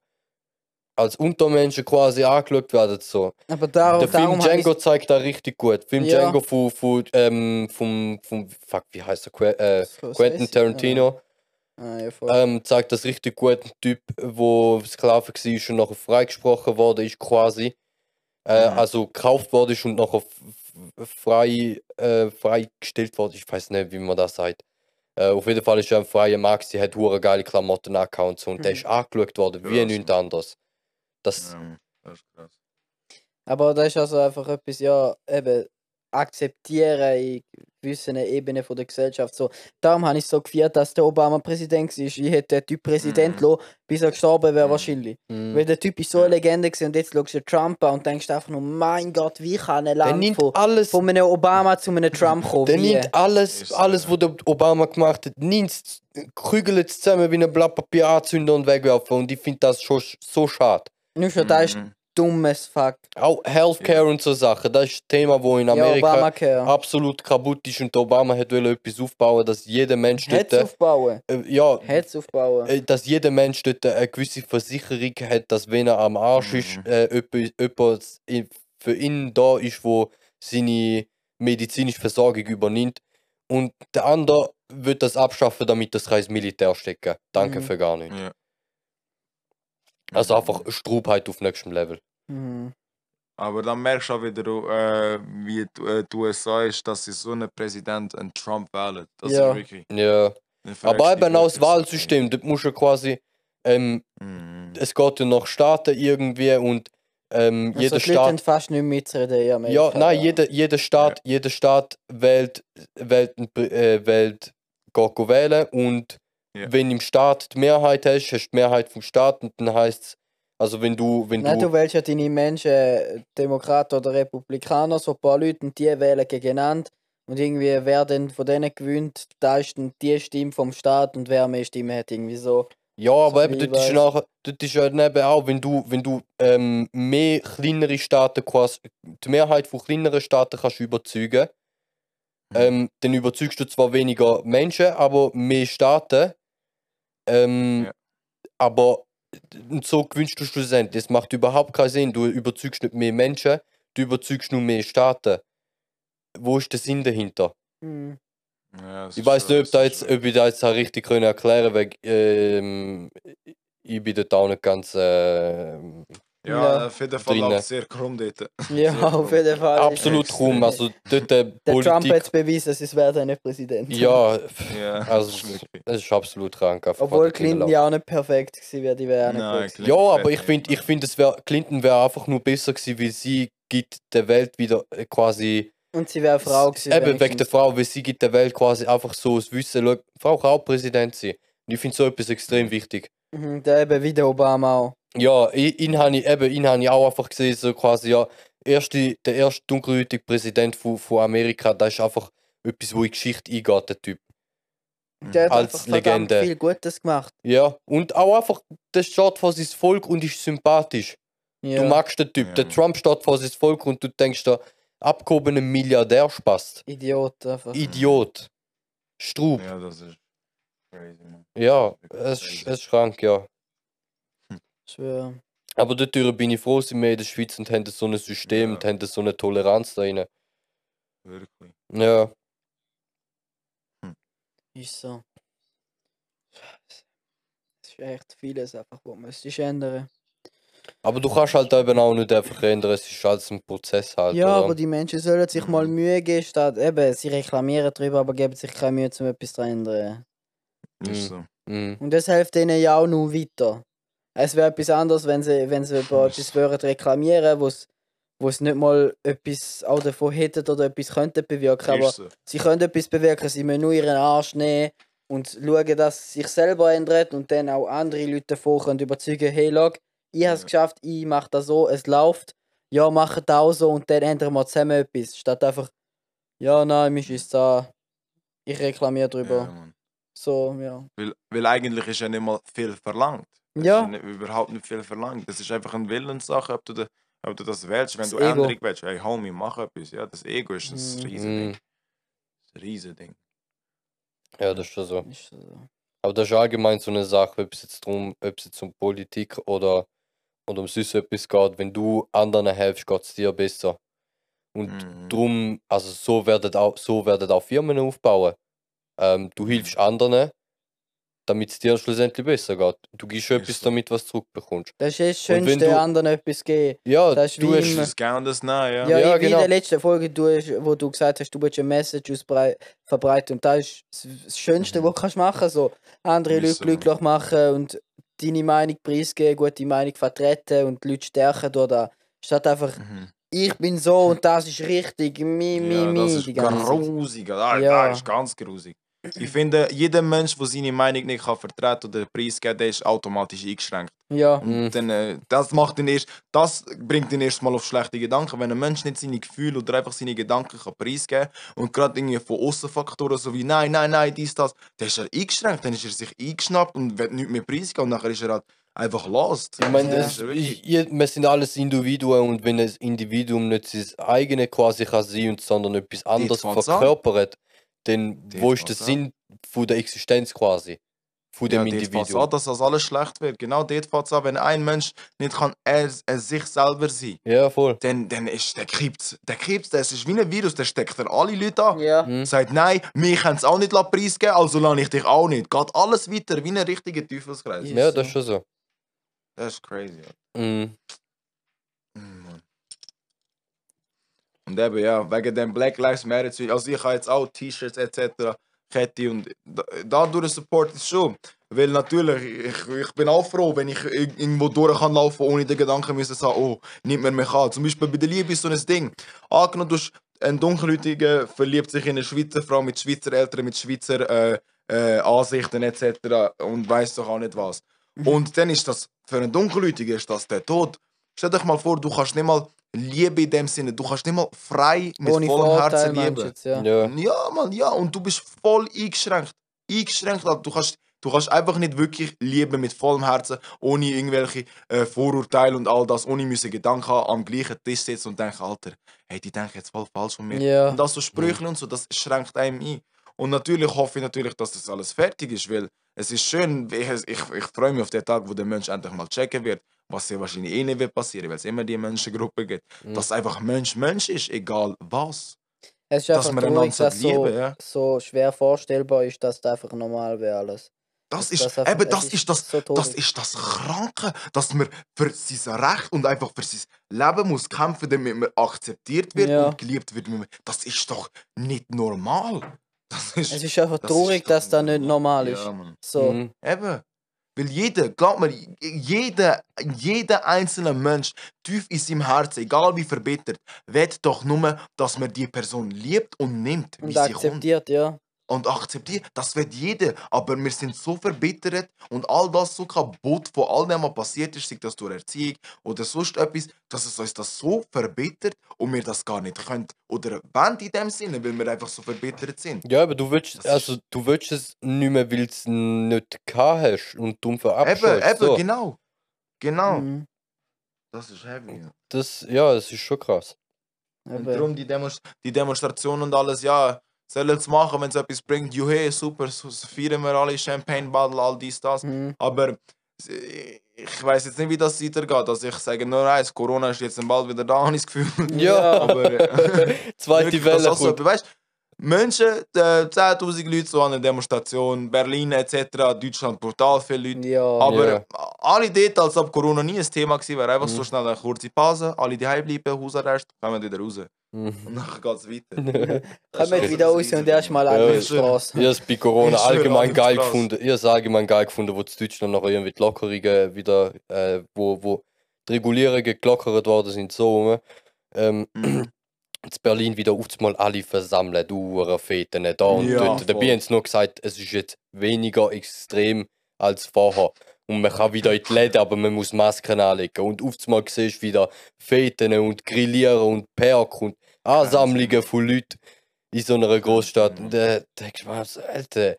als Untermenschen quasi angeschaut werden. So. Aber darum, Der Film darum habe Django ich zeigt das richtig gut. Film Ja. Django von, von, ähm, vom, vom, fuck, wie heißt er? Que äh, Quentin Tarantino. Ah, ja, voll. Ähm, zeigt das richtig gut. Ein Typ, der Sklave war und nachher freigesprochen worden ist, quasi. Äh, Mhm. Also gekauft worden ist und nachher f- f- frei, äh, freigestellt worden. Ich weiß nicht, wie man das sagt. Äh, auf jeden Fall ist er ein freier Markt. Sie hat hure geile Klamotten angehauen und so. Und der Mhm. ist angeschaut worden wie Krass, nichts Mann. anderes. Das, Ja, das ist krass. Aber das ist also einfach etwas, ja, eben akzeptieren in gewissen Ebenen von der Gesellschaft. So, darum habe ich so gefeiert, dass der Obama Präsident war. Ich hätte den Typ Präsident Mhm. lassen, bis er gestorben wäre Mhm. wahrscheinlich. mh. Weil der Typ ist so Ja. eine Legende gewesen und jetzt schaust du Trump an und denkst einfach nur, mein Gott, wie kann ein Der Land nimmt von, alles, von einem Obama zu einem Trump kommen? der Wie? nimmt alles, Ist, alles, äh, was der Obama gemacht hat, nimmt krügelt es zusammen wie ein Blatt Papier anzünden und wegwerfen. Und ich finde das schon sch- so schade. Nur schon, das ist Mhm. dummes Fuck. Auch Healthcare und so Sachen, das ist ein Thema, wo in Ja, Amerika Obamacare. absolut kaputt ist. Und der Obama hat wollte etwas aufbauen, dass jeder Mensch Hätte dort, aufbauen. äh, ja, Hätte aufbauen. äh, dass jeder Mensch dort eine gewisse Versicherung hat, dass wenn er am Arsch ist, Mhm. äh, jemand, jemand i- für ihn da ist, wo seine medizinische Versorgung übernimmt. Und der andere wird das abschaffen, damit das ins Militär stecken. Danke Mhm. für gar nichts. Ja. Also Mhm. einfach Strubheit auf nächstem Level. Mhm. Aber dann merkst du auch wieder, äh, wie die, äh, die U S A ist, dass sie so einen Präsident, einen Trump wählen. Das Ja. ist wirklich. Ja. dann fragst Aber du dich eben auch das wirklich so, Wahlsystem, dort musst du quasi, ähm, ey. Mhm. es geht ja nach Staaten irgendwie und ähm, Also jeder die Leute haben Staat. fast nicht mitzureden in Amerika. Ja, nein, da. jeder, jeder Staat, jeder Staat wählt, wählt, ein Prä- äh, wählt geht go wählen und Ja. wenn im Staat die Mehrheit hast, hast du die Mehrheit vom Staat und dann heißt es, also wenn du, wenn Nein, du, du wählst ja deine Menschen, äh, Demokraten oder Republikaner, so ein paar Leute, und die wählen gegeneinander. Und irgendwie, wer dann von denen gewinnt, da ist dann die Stimme vom Staat und wer mehr Stimmen hat, irgendwie so. ja, aber so eben wie ich dort ist weiss. nachher, dort ist ja eben auch, wenn du, wenn du ähm, mehr kleinere Staaten quasi, die Mehrheit von kleineren Staaten kannst überzeugen, Mhm. ähm, dann überzeugst du zwar weniger Menschen, aber mehr Staaten. Ähm, Ja. Aber und so gewünschst du schlussendlich. Es macht überhaupt keinen Sinn. Du überzeugst nicht mehr Menschen, du überzeugst nur mehr Staaten. Wo ist der Sinn dahinter? Hm. Ja, das Ich ist weiß schon- nicht, ob, da das jetzt, ist ob ich das jetzt auch richtig können erklären kann, weil ähm, ich bin dort auch nicht ganz. Äh, Ja, Ja, Ja. auf jeden Fall Drinnen. läuft sehr krumm dort. Ja, Sehr auf krumm. jeden Fall. Absolut Extrem. rum. Also dort äh, Der Trump hat Politik. bewiesen, sie werden nicht Präsident. Ja, pff, Ja, also das ist wirklich. es ist absolut krank. Einfach, was Obwohl dort drinnen Clinton läuft. ja auch nicht perfekt gewesen wäre, die wäre auch nicht Nein, gut gewesen. Ja, Clinton aber fährt ich nicht, finde, ich Mann. find, es wär, Clinton wäre einfach nur besser gewesen, weil sie gibt der Welt wieder äh, quasi. Und sie wäre eine Frau gewesen. Eben wegen der wenigstens. Frau, weil sie gibt der Welt quasi einfach so das Wissen, schau, die Frau kann auch Präsident sein. Und ich finde so etwas extrem wichtig. Mhm, der eben wie der Obama auch. Ja, ich- ihn habe ich, eben, ihn hab ich auch einfach gesehen, so quasi, ja, erste, der erste dunkelhäutige Präsident von, von Amerika, das ist einfach etwas, wo in die Geschichte eingeht, der Typ. Der hat Als einfach verdammt Legende. viel Gutes gemacht. Ja, und auch einfach, der steht vor sein Volk und ist sympathisch. Ja. Du magst den Typ. Ja, Der Mann. Trump steht vor sein Volk und du denkst da, abgehobener Milliardär Spaß. Idiot einfach. Idiot. Strub. Ja, das ist crazy, man. Ja, Wirklich es, crazy. es ist krank, ja. Schwör. Aber dort bin ich froh, sind wir in der Schweiz und haben so ein System Ja. und haben so eine Toleranz da rein. Wirklich. Ja, Ist so. Es ist echt vieles einfach, was man sich ändern. aber du kannst halt eben auch nicht einfach ändern, es ist alles ein Prozess halt, Ja, oder? aber die Menschen sollen sich mal Mühe geben, statt eben, sie reklamieren darüber, aber geben sich keine Mühe, um etwas zu ändern. Ist so. Mhm. Und das hilft ihnen ja auch noch weiter. Es wäre etwas anderes, wenn sie, wenn sie über etwas würden reklamieren, wo es nicht mal etwas auch davon hätten oder etwas könnten bewirken. Aber Ist so. sie können etwas bewirken, sie müssen nur ihren Arsch nehmen und schauen, dass es sich selber ändert und dann auch andere Leute davon können überzeugen, hey, schau, ich habe es Ja. geschafft, ich mache das so, es läuft, ja, macht das auch so und dann ändern wir zusammen etwas. Statt einfach, ja, nein, mich ist da, ich reklamiere drüber. Ja, Mann. So, ja. Weil, weil eigentlich ist ja nicht mal viel verlangt. Es Ja. ist ja nicht, überhaupt nicht viel verlangt. Das ist einfach eine Willenssache, ob du, de, ob du das willst. Wenn Das du Ego. Änderung willst, hey Homie, mach etwas. Ja, das Ego ist ein Mhm. Riesending. Mhm. Ein Riesending. Ja, das ist schon so. Ist so. Aber das ist allgemein so eine Sache, ob es jetzt drum, ob es jetzt um Politik oder, oder um sonst etwas geht. Wenn du anderen hilfst, geht es dir besser. Und Mhm. drum, also so werden auch, so werden auch Firmen aufbauen. Ähm, du hilfst anderen, damit es dir schlussendlich besser geht. Du gibst Ist etwas so. damit, was du zurückbekommst. Das ist das Und wenn Schönste, du- anderen etwas geben. Ja, Das ist du wie hast, immer- Das Gern und das Nein, ja. Ja, Ja, wie genau. in der letzten Folge, du hast, wo du gesagt hast, du willst eine Message ausbrei- verbreiten. Und das ist das- das Schönste, Mhm. was du kannst machen so andere Ist Leute so. glücklich machen und deine Meinung preisgeben, gute Meinung vertreten und die Leute stärken durch das. Statt einfach, Mhm. ich bin so und das ist richtig, mi, mi, Ja, mi, das ist die ganze Zeit. grusig. Das, Ja. das ist ganz grusig. Ich finde, jeder Mensch, der seine Meinung nicht kann vertreten oder preisgeben kann, der ist automatisch eingeschränkt. Ja, Und Mhm. dann, äh, das macht ihn erst, das bringt ihn erst mal auf schlechte Gedanken. Wenn ein Mensch nicht seine Gefühle oder einfach seine Gedanken kann preisgeben und gerade irgendwie von Außenfaktoren so wie nein, nein, nein, dies, das, dann ist er eingeschränkt, dann ist er sich eingeschnappt und will nichts mehr preisgeben und nachher ist er halt einfach lost. ich meine, Ja. es- ich- ihr- wir sind alles Individuen und wenn ein Individuum nicht sein eigene quasi kann sein, und sondern etwas anderes fängt's an. verkörpert, dann Dort wo ist der fängt's an. Sinn von der Existenz quasi? Von dem Ja, dort fängt's Individuum? an, dass das alles schlecht wird. Genau dort fängt es an, wenn ein Mensch nicht kann er, er sich selber sein Ja, voll. dann, dann ist der kippt, der kippt, das ist wie ein Virus, der steckt er alle Leute an. ja. Mhm. Sagt, nein, wir können es auch nicht preisgeben, also lasse ich dich auch nicht. Geht alles weiter wie ein richtiger Teufelskreis. Ja. Ja, so. das ist schon so. Das ist crazy. Ja. Mhm. Mm, Mann. Und eben, ja, wegen dem Black Lives Matter, also ich habe jetzt auch T-Shirts et cetera, Kette und da- dadurch support ich schon. Weil natürlich, ich, ich bin auch froh, wenn ich ir- irgendwo durch kann laufen, ohne den Gedanken müssen zu sagen, oh, nimmt man mich an. Zum Beispiel bei der Liebe ist so ein Ding. Angenommen, du hast einen Dunkelhäutigen verliebt sich in eine Schweizer Frau mit Schweizer Eltern, mit Schweizer äh, äh, Ansichten et cetera und weiß doch auch nicht was. Und dann ist das, für einen Dunkelhäutigen ist das der Tod. Stell dich mal vor, du kannst nicht mal Liebe in dem Sinne, du kannst nicht mal frei mit Ohne vollem Vorurteil, Herzen meinst du lieben. jetzt, ja. Ja. Ja, Mann, ja, und du bist voll eingeschränkt. Eingeschränkt, also du kannst, du kannst einfach nicht wirklich lieben mit vollem Herzen, ohne irgendwelche äh, Vorurteile und all das, ohne müssen Gedanken haben, am gleichen Tisch sitzen und denken, Alter, hey, die denken jetzt voll falsch von mir. Ja. Und das so Sprüche und so, das schränkt einem ein. Und natürlich hoffe ich natürlich, dass das alles fertig ist, weil es ist schön, ich, ich, ich freue mich auf den Tag, wo der Mensch endlich mal checken wird, was sehr wahrscheinlich eh nicht wird passieren, weil es immer die Menschengruppe gibt, Mhm. dass einfach Mensch Mensch ist, egal was. Es ist Dass einfach wir traurig, einander dass so, lieben, ja. so schwer vorstellbar ist, dass das einfach normal wäre alles. Das Das- ist, das einfach- eben, es das ist ist das, so traurig. das ist das Kranke, dass man für sein Recht und einfach für sein Leben muss kämpfen, damit man akzeptiert wird Ja. und geliebt wird. Das ist doch nicht normal. Das ist, Es ist einfach das traurig, ist doch dass das nicht normal ist. Ja, Mann. So. Mhm. Eben. Weil jeder, glaub mir, jeder, jeder einzelne Mensch, tief in seinem Herzen, egal wie verbittert, will doch nur, dass man die Person liebt und nimmt, wie Und sie kommt. akzeptiert, ja. Und akzeptiert, das wird jeder. Aber wir sind so verbittert und all das so kaputt von all dem, was passiert ist, sei das durch Erziehung oder sonst etwas, dass es uns das so verbittert und wir das gar nicht können. Oder wollen in dem Sinne, weil wir einfach so verbittert sind. Ja, aber du willst, Das ist- also, du willst es nicht mehr, weil du es nicht gehabt hast und dumm Eben, verabscheust. eben, So. genau. Genau. Mhm. Das ist heavy. Ja. Das, ja, das ist schon krass. Und Eben. darum die, Demonst die Demonstration und alles, ja, sollen es machen, wenn es etwas bringt, juhe, super, so, so feiern wir alle, Champagne, Bottle, all dies, das. Mhm. Aber äh, ich weiß jetzt nicht, wie das weitergeht. Also ich sage nur eins, Corona ist jetzt bald wieder da, habe ich das Gefühl. Ja. Aber äh, Zweite wirklich, Welle das auch so, kommt. weißt, Menschen, äh, zehntausend Leute so an einer Demonstration, Berlin et cetera, Deutschland brutal viele Leute. Ja. Aber Ja. alle dort, als ob Corona nie ein Thema gewesen wäre, einfach so Mhm. schnell eine kurze Pause, alle daheim bleiben, Hausarrest, kommen wieder raus. Mhm. Und dann geht es weiter. Kommen wieder raus und erstmal Ja, an die ich schwöre. Straße. Ich habe es bei Corona Ich schwöre, allgemein alles geil krass. gefunden. Ich habe es allgemein geil gefunden, wo in Deutschland noch irgendwie die Lockerungen wieder, äh, wo, wo die Regulierungen gelockert worden sind, so rum. Ähm, Mhm. in Berlin wieder auf einmal alle versammeln, du Feten da und Ja, dort. Dabei voll. haben sie nur gesagt, es ist jetzt weniger extrem als vorher. Und man kann wieder in die Läden, aber man muss Masken anlegen. Und auf einmal siehst du wieder Feten und Grillieren und Perk und Ansammlungen von Leuten in so einer Großstadt. Und da denkst du mir, so, Alter,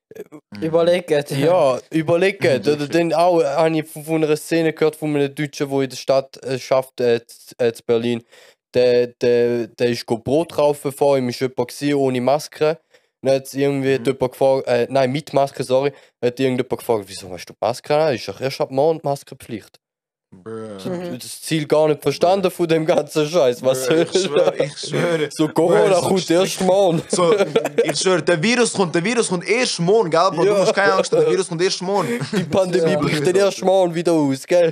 Überlegt. ja, überlegen. Oder Wirklich. dann auch habe ich von von einer Szene gehört von einem Deutschen, der in der Stadt äh, schafft, äh, z- äh, zu Berlin. Der, der, der ist go Brot kaufen, vor ihm war jemand gewesen, ohne Maske. Dann hat irgendwie Mhm. jemand gefragt, äh, nein, mit Maske, sorry. Hat irgendjemand gefragt, wieso hast du die Maske an? Ist doch erst ab morgen die Maskenpflicht. Bruh. Mhm. Das Ziel gar nicht verstanden von dem ganzen Scheiß. Was Bruh, ich schwöre, ich schwöre. So, Corona Bruh, so kommt erst morgen. So, ich schwöre, der Virus kommt, der Virus kommt erst morgen, gell? Bro? Ja. Du musst keine Angst haben, der Virus kommt erst morgen. Die Pandemie Ja. bricht dann erst morgen wieder aus, gell?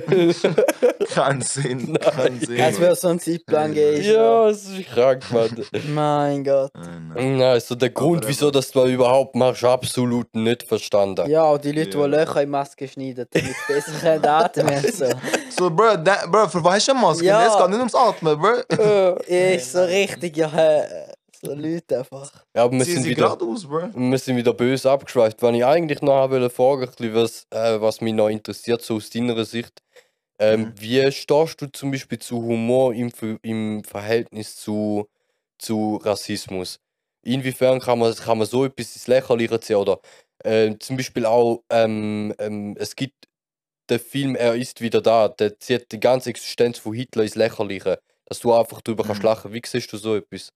Kein Sinn, kein Sinn. Als würde es so einen Zeitplan geben. Ja, es ist krank, Mann. Mein Gott. Nein, nein. Nein, also der Grund, Aber wieso das du überhaupt machst, absolut nicht verstanden. Ja, auch die Leute, Ja. die Löcher in Maske schneiden, damit sie besser können atmen können. So. So, Bro, da, Bro, für was hast du eine Maske? Ja. Es geht nicht ums Atmen, Bro. Ist so richtig, ja, äh, so Leute einfach. Ja, aber wir Zieh sind, sie wieder, gerade aus, Bro. wir sind wieder böse abgeschweift. Wenn ich eigentlich noch wollte fragen, ein bisschen was, äh, was mich noch interessiert, so aus deiner Sicht. Ähm, Mhm. Wie stehst du zum Beispiel zu Humor im, Ver- im Verhältnis zu, zu Rassismus? Inwiefern kann man, kann man so etwas ins Lächerliche ziehen? Oder äh, zum Beispiel auch, ähm, ähm, es gibt den Film Er ist wieder da, der zieht die ganze Existenz von Hitler ins Lächerliche. Dass du einfach drüber kannst Mhm. lachen. Wie siehst du so etwas?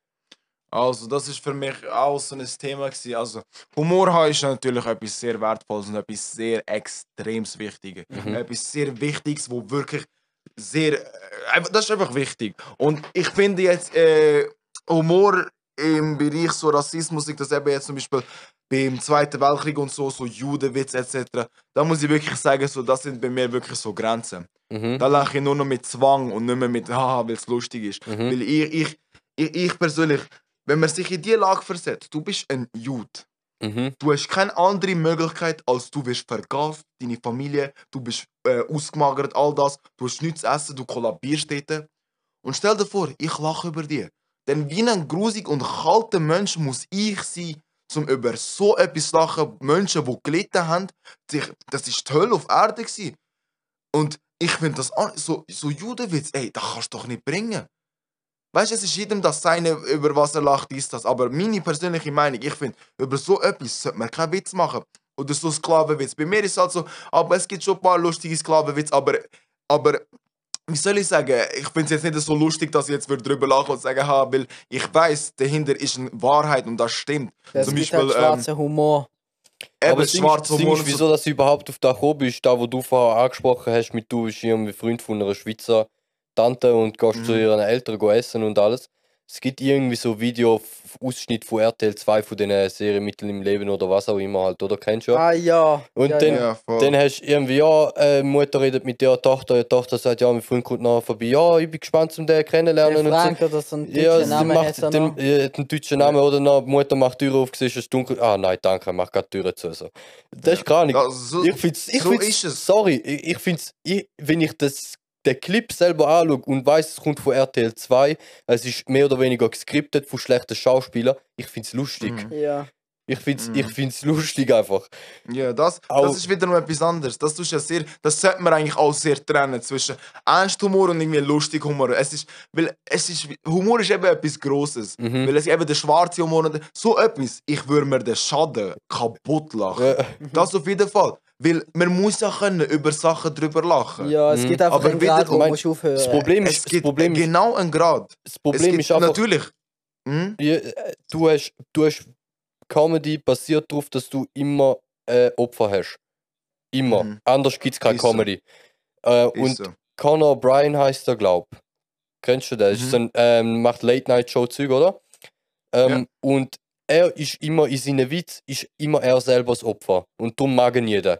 Also, das ist für mich auch so ein Thema gewesen. Also, Humor haben ist natürlich etwas sehr Wertvolles und etwas sehr extrem Wichtiges. Mhm. Etwas sehr Wichtiges, wo wirklich sehr... Äh, einfach- das ist einfach wichtig. Und ich finde jetzt, äh, Humor im Bereich so Rassismus, liegt das eben jetzt zum Beispiel beim Zweiten Weltkrieg und so, so Judenwitz et cetera. Da muss ich wirklich sagen, so, das sind bei mir wirklich so Grenzen. Mhm. Da lache ich nur noch mit Zwang und nicht mehr mit haha, weil es lustig ist. Mhm. Weil ich, ich, ich, ich persönlich, wenn man sich in die Lage versetzt, du bist ein Jude. Mhm. Du hast keine andere Möglichkeit, als du wirst vergast, deine Familie, du bist äh, ausgemagert, all das, du hast nichts zu essen, du kollabierst dort. Und stell dir vor, ich lache über dich. Denn wie ein grusig und kalter Mensch muss ich sein, um über so etwas zu lachen. Menschen, die gelitten haben, sich, das war die Hölle auf Erde gewesen. Und ich finde das an, so, so Judenwitz, ey, das kannst du doch nicht bringen. Weißt du, es ist jedem das Seine, über was er lacht, ist das. Aber meine persönliche Meinung, ich finde, über so etwas sollte man keinen Witz machen. Oder so Sklavenwitz. Bei mir ist es halt so, aber es gibt schon ein paar lustige Sklavenwitze, aber, aber wie soll ich sagen, ich finde es jetzt nicht so lustig, dass ich jetzt darüber lachen und sagen, ha, weil ich weiß, dahinter ist eine Wahrheit und das stimmt. Es Zum gibt Beispiel, halt schwarzen Humor. Eben, Aber das Ding, schwarzer das Ding Humor ist, und so. wieso dass du überhaupt auf das gekommen bist, da wo du vorher angesprochen hast, mit du bist irgendwie Freund von einer Schweizer Tante und gehst zu Mhm. ihren Eltern go essen und alles. es gibt irgendwie so Video, F- Ausschnitt von R T L zwei von den Serien Mittel im Leben oder was auch immer halt, oder kennst du ja? Ah ja. Und ja, dann, ja. Ja, voll. dann hast du irgendwie, ja, äh, Mutter redet mit der Tochter, die Tochter sagt, ja, mein Freund kommt nachher vorbei, ja, ich bin gespannt, um den Der kennenlernen und so. Frank oder so ein Ja, deutscher sie Name macht hat er den, noch. äh, den deutschen Namen oder noch, die Mutter macht die Tür auf, siehst, es ist dunkel. Ah nein, danke, mach gerade die Tür zu. So. Das ist gar nicht. Ja, so, Ich find's, ich so find's, ist es. sorry, ich, ich find's, ich, wenn ich das, den Clip selber anschaue und weiss, es kommt von R T L zwei, es ist mehr oder weniger geskriptet von schlechten Schauspielern, ich find's lustig. Mhm. Ja. Ich find's, Mhm. ich find's lustig einfach. Ja, das, Auch- das ist wieder noch etwas anderes. Das, tust ja sehr, das sollte man eigentlich auch sehr trennen zwischen Ernsthumor und irgendwie lustig Humor. Es ist, weil es ist, Humor ist eben etwas Grosses. Mhm. Weil es eben der schwarze Humor und so etwas, ich würde mir den Schaden kaputt lachen. Ja. Das auf jeden Fall. Weil man muss ja können über Sachen drüber lachen. Ja, es Mhm. gibt einfach Aber einen wieder- Grad, wo mein- du musst aufhören. Das Problem Es ist, das gibt Problem ist, genau einen Grad. das Es Problem gibt ist einfach, natürlich. Hm? ja, äh, du hast, du hast Comedy basiert darauf, dass du immer äh, Opfer hast. Immer. Mhm. Anders gibt es keine Ist so. Comedy. Äh, Ist und so. Conor Bryan heißt er, glaub. Kennst du das? Mhm. Ist so ein, ähm, macht Late-Night-Show-Zeug, oder? Ähm, Und er ist immer in seinen Witz, ist immer er selber das Opfer. Und darum mag ihn jeder.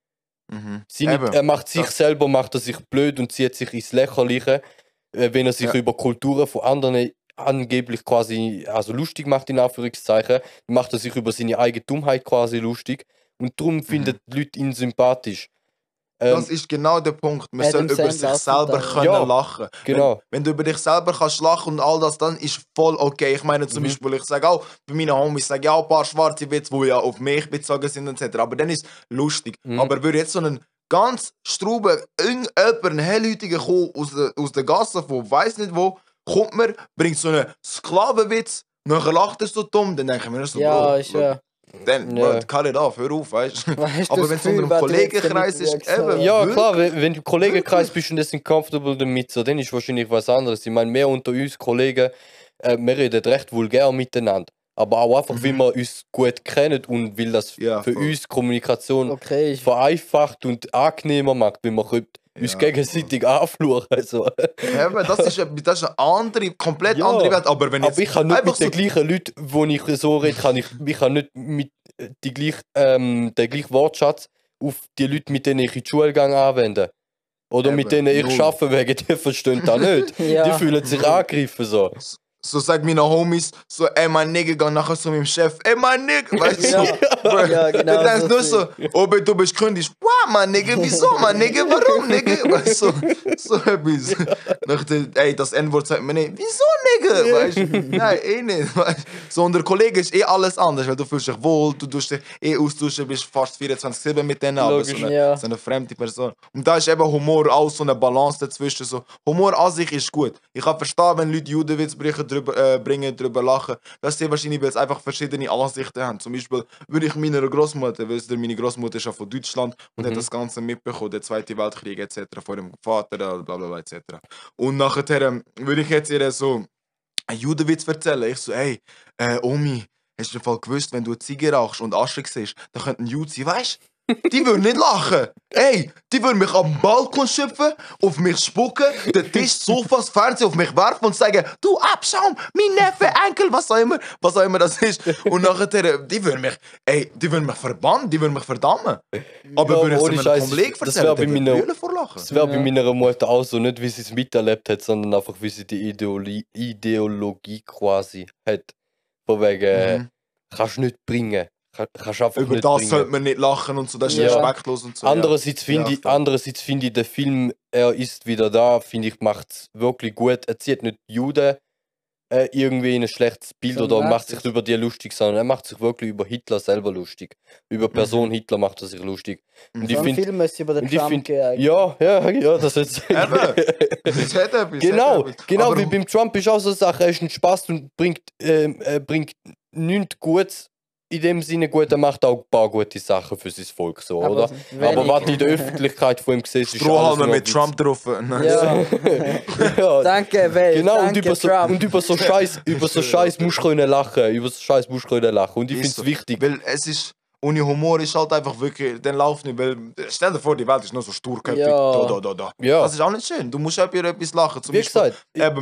Mhm. Seine, Eben. er macht sich Das- selber, macht er sich blöd und zieht sich ins Lächerliche, äh, wenn er sich Ja. über Kulturen von anderen angeblich quasi, also lustig macht, in Anführungszeichen, macht er sich über seine eigene Dummheit quasi lustig. Und darum finden die Leute ihn sympathisch. Ähm, Das ist genau der Punkt. Man Adam soll über Sandler sich selber zum Teil. können Ja, lachen. genau. Wenn, wenn du über dich selber kannst lachen und all das, dann ist voll okay. Ich meine zum Mhm. Beispiel, ich sage auch bei meinen Homies, ich sage ja auch ein paar schwarze Witze, die ja auf mich bezogen sind et cetera. Aber dann ist es lustig. Mhm. Aber würde jetzt so einen ganz struben, irgendjemand, einen hellhäutigen kommen aus der, aus der Gasse von weiss nicht wo, kommt mir, bringt so einen Sklavenwitz, nachher lacht er so dumm, dann denke ich mir so, Ja, Bro, ich schwör. dann, Ja. Bro, cut it off, hör auf, weißt du. Weißt du, Aber das wenn es unter Gefühl, einem was du jetzt Kollegenkreis damit ist, wirkst, eben, Ja, wirklich? klar, wenn, wenn du im Kollegenkreis bist und das sind comfortable damit, so, dann ist wahrscheinlich was anderes. Ich meine, mehr unter uns Kollegen, äh, wir reden recht vulgär miteinander. Aber auch einfach, weil Mhm. wir uns gut kennen und weil das Ja, für voll. uns Kommunikation Okay, ist vereinfacht und angenehmer macht, weil man können uns Ja, gegenseitig anfluchen. Also. Eben, das ist, etwas- das ist eine andere, komplett Ja, andere Welt. Aber wenn Aber jetzt ich kann nicht einfach mit den gleichen Leuten, wo ich so rede, kann ich, ich kann nicht mit äh, die gleich, ähm, den gleichen Wortschatz auf die Leute, mit denen ich in die Schule gehe, anwenden. Oder mit Eben, denen ich null. arbeite, wegen die verstehen das nicht. Ja. Die fühlen sich angegriffen so. so sagt meine Homies, so, ey, mein Nigga, geh nachher zu meinem Chef, ey, mein Nigga, weißt du, so, Bro, Ja, genau dann denkst so du nur so, oh, du bist kündig, wow, mein Nigga, wieso, mein Nigga, warum, Nigga, weißt du, so, so etwas. Nachher, ey, das N-Wort sagt mir nicht, wieso, Nigga, weißt du, nein, eh nicht, weißt du, so, unter Kollegen ist eh alles anders, weil du fühlst dich wohl, du tust dich eh austauschen, bist fast vierundzwanzig sieben mit denen, aber so Logisch. eine, Ja. so eine fremde Person. Und da ist eben Humor auch so eine Balance dazwischen, so, Humor an sich ist gut. Ich kann verstehen, wenn Leute Judenwitz bringen, drüber, äh, bringen, drüber lachen. Das ist sehr wahrscheinlich, weil es einfach verschiedene Ansichten haben. Zum Beispiel würde ich meiner Großmutter, weil meine Großmutter ist ja von Deutschland und Mhm. hat das Ganze mitbekommen, der Zweite Weltkrieg et cetera von ihrem Vater, äh, bla bla bla et cetera. Und nachher ähm, würde ich jetzt ihr so einen Judenwitz erzählen. Ich so, hey, äh, Omi, hast du im Fall gewusst, wenn du eine Ziege rauchst und Asche siehst, dann könnte ein Jude sein, weißt du? Die würden nicht lachen. Ey, die würden mich am Balkon schöpfen, auf mich spucken, den Tisch, Sofas, Fernseher auf mich werfen und sagen, du Abschaum, mein Neffe, Enkel, was auch immer, was auch immer das ist. Und nachher, die würden mich, ey, die würden mich verbannen, die würden mich verdammen. Aber Ja, würde ich ohne es Scheiß, einem Kollegen das erzählen, wär der bei würde meiner- brüllen vor Lachen. Das wäre bei Ja. meiner Mutter auch so, nicht wie sie es miterlebt hat, sondern einfach wie sie die Ideologie, Ideologie quasi hat. Von wegen, äh, Mhm. kannst du nicht bringen. Kann- Kannst einfach Über nicht das bringen. sollte man nicht lachen und so, das ist Ja. respektlos und so. ja. Andererseits finde Ja, ich, voll. andererseits finde ich, der Film, er ist wieder da, finde ich, macht es wirklich gut. Er zieht nicht Juden äh, irgendwie in ein schlechtes Bild So oder macht macht sich es. über die lustig, sondern er macht sich wirklich über Hitler selber lustig. Über Person Hitler macht er sich lustig. Und so ich ein finde, Film müsste über den und ich Trump find- gehen. eigentlich. ja, ja, ja, das jetzt. Eben. Das hat etwas, Genau, hat etwas. genau, Aber wie beim Trump ist auch so eine Sache, er ist ein Spaß und bringt, ähm, äh, bringt nichts Gutes. In dem Sinne gut, er macht auch ein paar gute Sachen für sein Volk, so, Aber oder? wenig. Aber was du in der Öffentlichkeit von ihm siehst, ist Strohhalme alles nur mit Witz. Trump drauf. Nein. Ja. Ja, Danke, Welt. genau, und danke, über, so, Trump. und über so Scheiß, über so Scheiß musst du können lachen, über so Scheiß musst du können lachen. Und ich Ist finde es so. wichtig. Weil es ist, ohne Humor ist halt einfach wirklich, dann läuft nicht, weil, stell dir vor, die Welt ist nur so sturköpfig, Ja. da, da, da, da. Ja. Das ist auch nicht schön, du musst auch über etwas lachen. Zum Wie Beispiel, gesagt, ich- eben,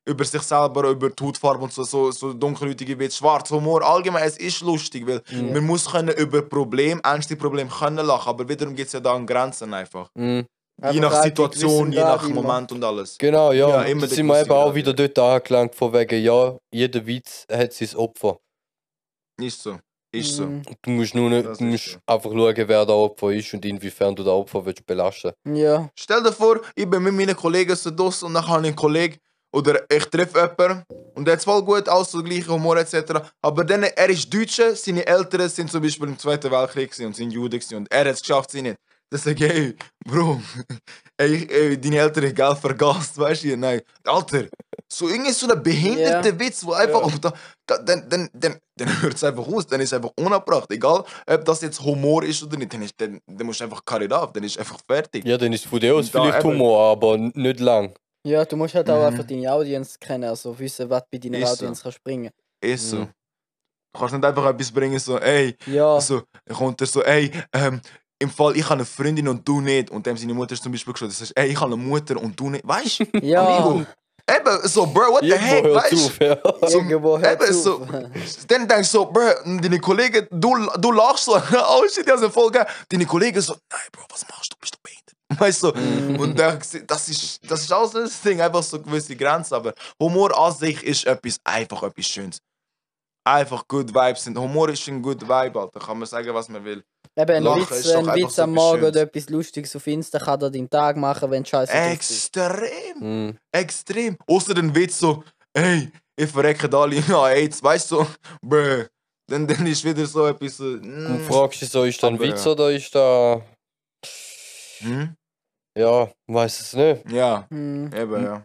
über sich selber, über die Hautfarbe und so, so, so dunkelhäutige Witz, schwarz Humor. Allgemein, es ist lustig, weil Mhm. man muss können über Probleme, ernste Probleme können lachen, aber wiederum gibt es ja da an Grenzen einfach. Mhm. Je Einfach nach halt Situation, mit je gewissem nach Grad immer. Moment und alles. Genau, ja. Ja, und immer da der sind wir gewisse eben auch Grad, wieder dort angelangt, von wegen, ja, jeder Witz hat sein Opfer. Ist so, ist so. Mm, Du musst nur nicht, Das du ist musst so. einfach schauen, wer der Opfer ist und inwiefern du den Opfer willst belasten. Ja. Stell dir vor, ich bin mit meinen Kollegen so draussen und dann habe ich einen Kollegen oder ich treffe jemanden und der hat voll gut aus, so gleiche Humor et cetera. Aber dann, er ist Deutscher, seine Eltern sind zum Beispiel im Zweiten Weltkrieg gewesen und sind Juden gewesen und er hat es geschafft, sie nicht. Dann sage ich, ey, Bro, ey, ey, deine Eltern haben Geld vergast, weißt du? Nein, Alter, so irgendwie so ein behinderter Ja. Witz, wo einfach, Ja. auf da, da, dann, dann, dann, dann hört es einfach aus, dann ist es einfach unabbracht. Egal, ob das jetzt Humor ist oder nicht, dann, ist, dann, dann musst du einfach cut it off, dann ist es einfach fertig. Ja, dann ist von dir aus Und da vielleicht eben- Humor, aber n- nicht lang. Ja, du musst halt auch Mhm. einfach deine Audience kennen, also wissen, was bei deiner Ist so. Audience kannst bringen. Ist so. Mhm. Du kannst nicht einfach etwas bringen, so, ey, Ja, also, dann kommt er so, ey, ähm, im Fall, ich habe eine Freundin und du nicht. Und dem seine Mutter ist zum Beispiel geschaut, das heißt, ey, ich habe eine Mutter und du nicht. Weißt du? ja, Amigo. Eben, so, bro, what the heck, Irgendwo hört weißt auf, ja. so, irgendwo hört eben es so. auf. Dann denkst du so, bro, deine Kollegen, du, du lachst so, oh shit, die haben voll geil. Deine Kollegen so, nein, Bro, was machst du? Bist du behindert? Weißt du? Mhm. Und dann, das ist, das ist auch so das Ding, einfach so gewisse Grenzen. Aber Humor an sich ist etwas, einfach etwas Schönes. Einfach good Vibes sind. Humor ist ein good Vibe, Alter. Kann man sagen, was man will. Eben, ein Lachen Witz, ist doch ein einfach Witz so am etwas Morgen Schönes. oder etwas Lustiges auf Insta kann dir deinen Tag machen, wenn du scheiße drauf bist. Extrem. Mhm. Extrem. Außer den Witz so, ey, ich verrecke alle an AIDS, weißt du? Bruh. Dann, dann ist wieder so etwas so. Und Mm. fragst du so, ist da ein Aber Witz ja. oder ist da. Hm? Ja, weiß es nicht. Ja, Hm. eben, ja.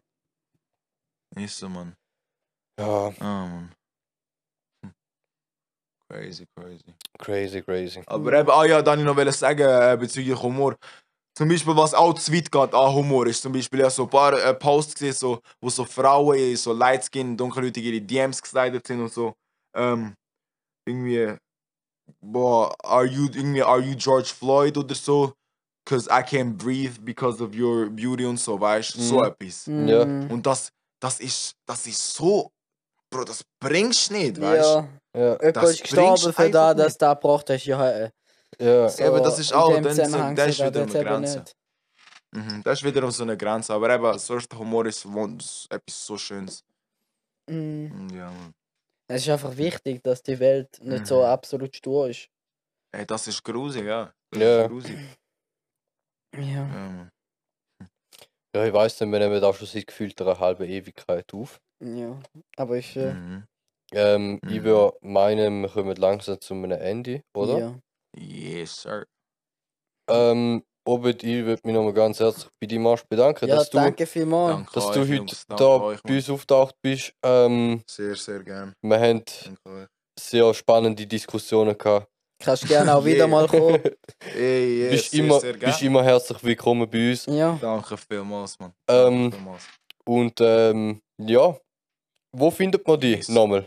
Ist so, Mann. Ja, Ah, Mann. Hm. Crazy, crazy. crazy, crazy. Aber eben, ah ja, dann ich noch wollte sagen äh, bezüglich Humor. Zum Beispiel, was auch zu weit geht an Humor, ist zum Beispiel ja so ein paar äh, Posts gesehen, so, wo so Frauen, in so Lightskin, dunkelhäutige ihre D Ms geslidet sind und so. Ähm, irgendwie, boah, are you, irgendwie, are you George Floyd oder so? Cause I can't breathe because of your beauty und so, weißt du? So Mhm. etwas. Ja. Hm. Und das, das ist, das ist so, Bro, das bringst du nicht, weißt du? Ja, Ja, jemand Das ist gestorben bringst für einfach das, dass nicht. du das gebracht hast. Ja, äh, ja. so Eben, das ist in auch- dem dann- Zusammenhang das ist so, wieder das eine eben Grenze. nicht. Mhm, das ist wiederum so eine Grenze. Aber eben, sonst Humor ist won- etwas so Schönes. Hm. Mm, Ja, Mann. Es ist einfach wichtig, dass die Welt nicht so Mhm. absolut stur ist. Ey, das ist grusig, ja. Das Ja. ist grusig. Ja. Ja, Mann. Ja, ich weiß nicht, wir nehmen da schon seit gefühlt einer halben Ewigkeit auf. Ja. Aber ich. Äh, Mhm. Ähm, Ich Mhm. würde meinen, wir kommen langsam zu einem Ende, oder? Ja. Yes, sir. Ähm, Obed, ich würde mich nochmal ganz herzlich bei dir Marsch bedanken, Ja, dass du, danke vielmals. Danke dass euch, du heute Jungs. Danke da euch, bei Mann. uns auftaucht bist. Ähm, Sehr, sehr gern. wir haben Danke euch. sehr spannende Diskussionen gehabt. Kannst gerne auch wieder Yeah. mal kommen. Ey, yes, bist, sehr, immer, sehr gern. bist immer herzlich willkommen bei uns. Ja. Danke vielmals, Mann. Ähm, Danke vielmals. Und ähm, ja, wo findet man die Yes. nochmal?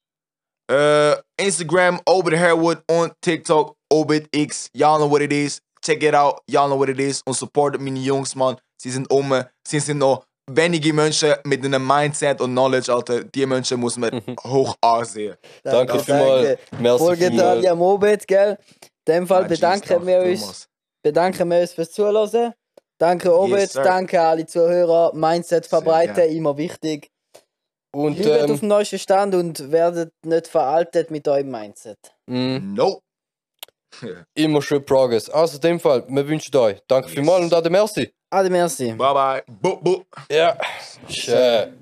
Uh, Instagram, Obed Harewood. On TikTok, ObedX. Y'all know what it is. Check it out. Y'all know what it is. Und supportet meine Jungs, Mann. Sie sind um. Sie sind noch wenige Menschen mit einem Mindset und Knowledge, Alter. Die Menschen muss man hoch ansehen. Danke vielmals. Merci Folge vielmals. Talia Mobet, gell? In dem Fall Ah, jeez, bedanken danke wir uns, vielmals. bedanken wir uns fürs Zuhören. Danke Obet, Yes, sir. danke an alle Zuhörer. Mindset Sehr verbreiten, gern. immer wichtig. Und Bleibt auf ähm, dem neuesten Stand und werdet nicht veraltet mit eurem Mindset. mh, Nope. immer schön Progress. Also in dem Fall, wir wünschen euch danke Yes. vielmals und Ade Merci. Ade, merci. Bye bye. Bu, bu. Ja, schön.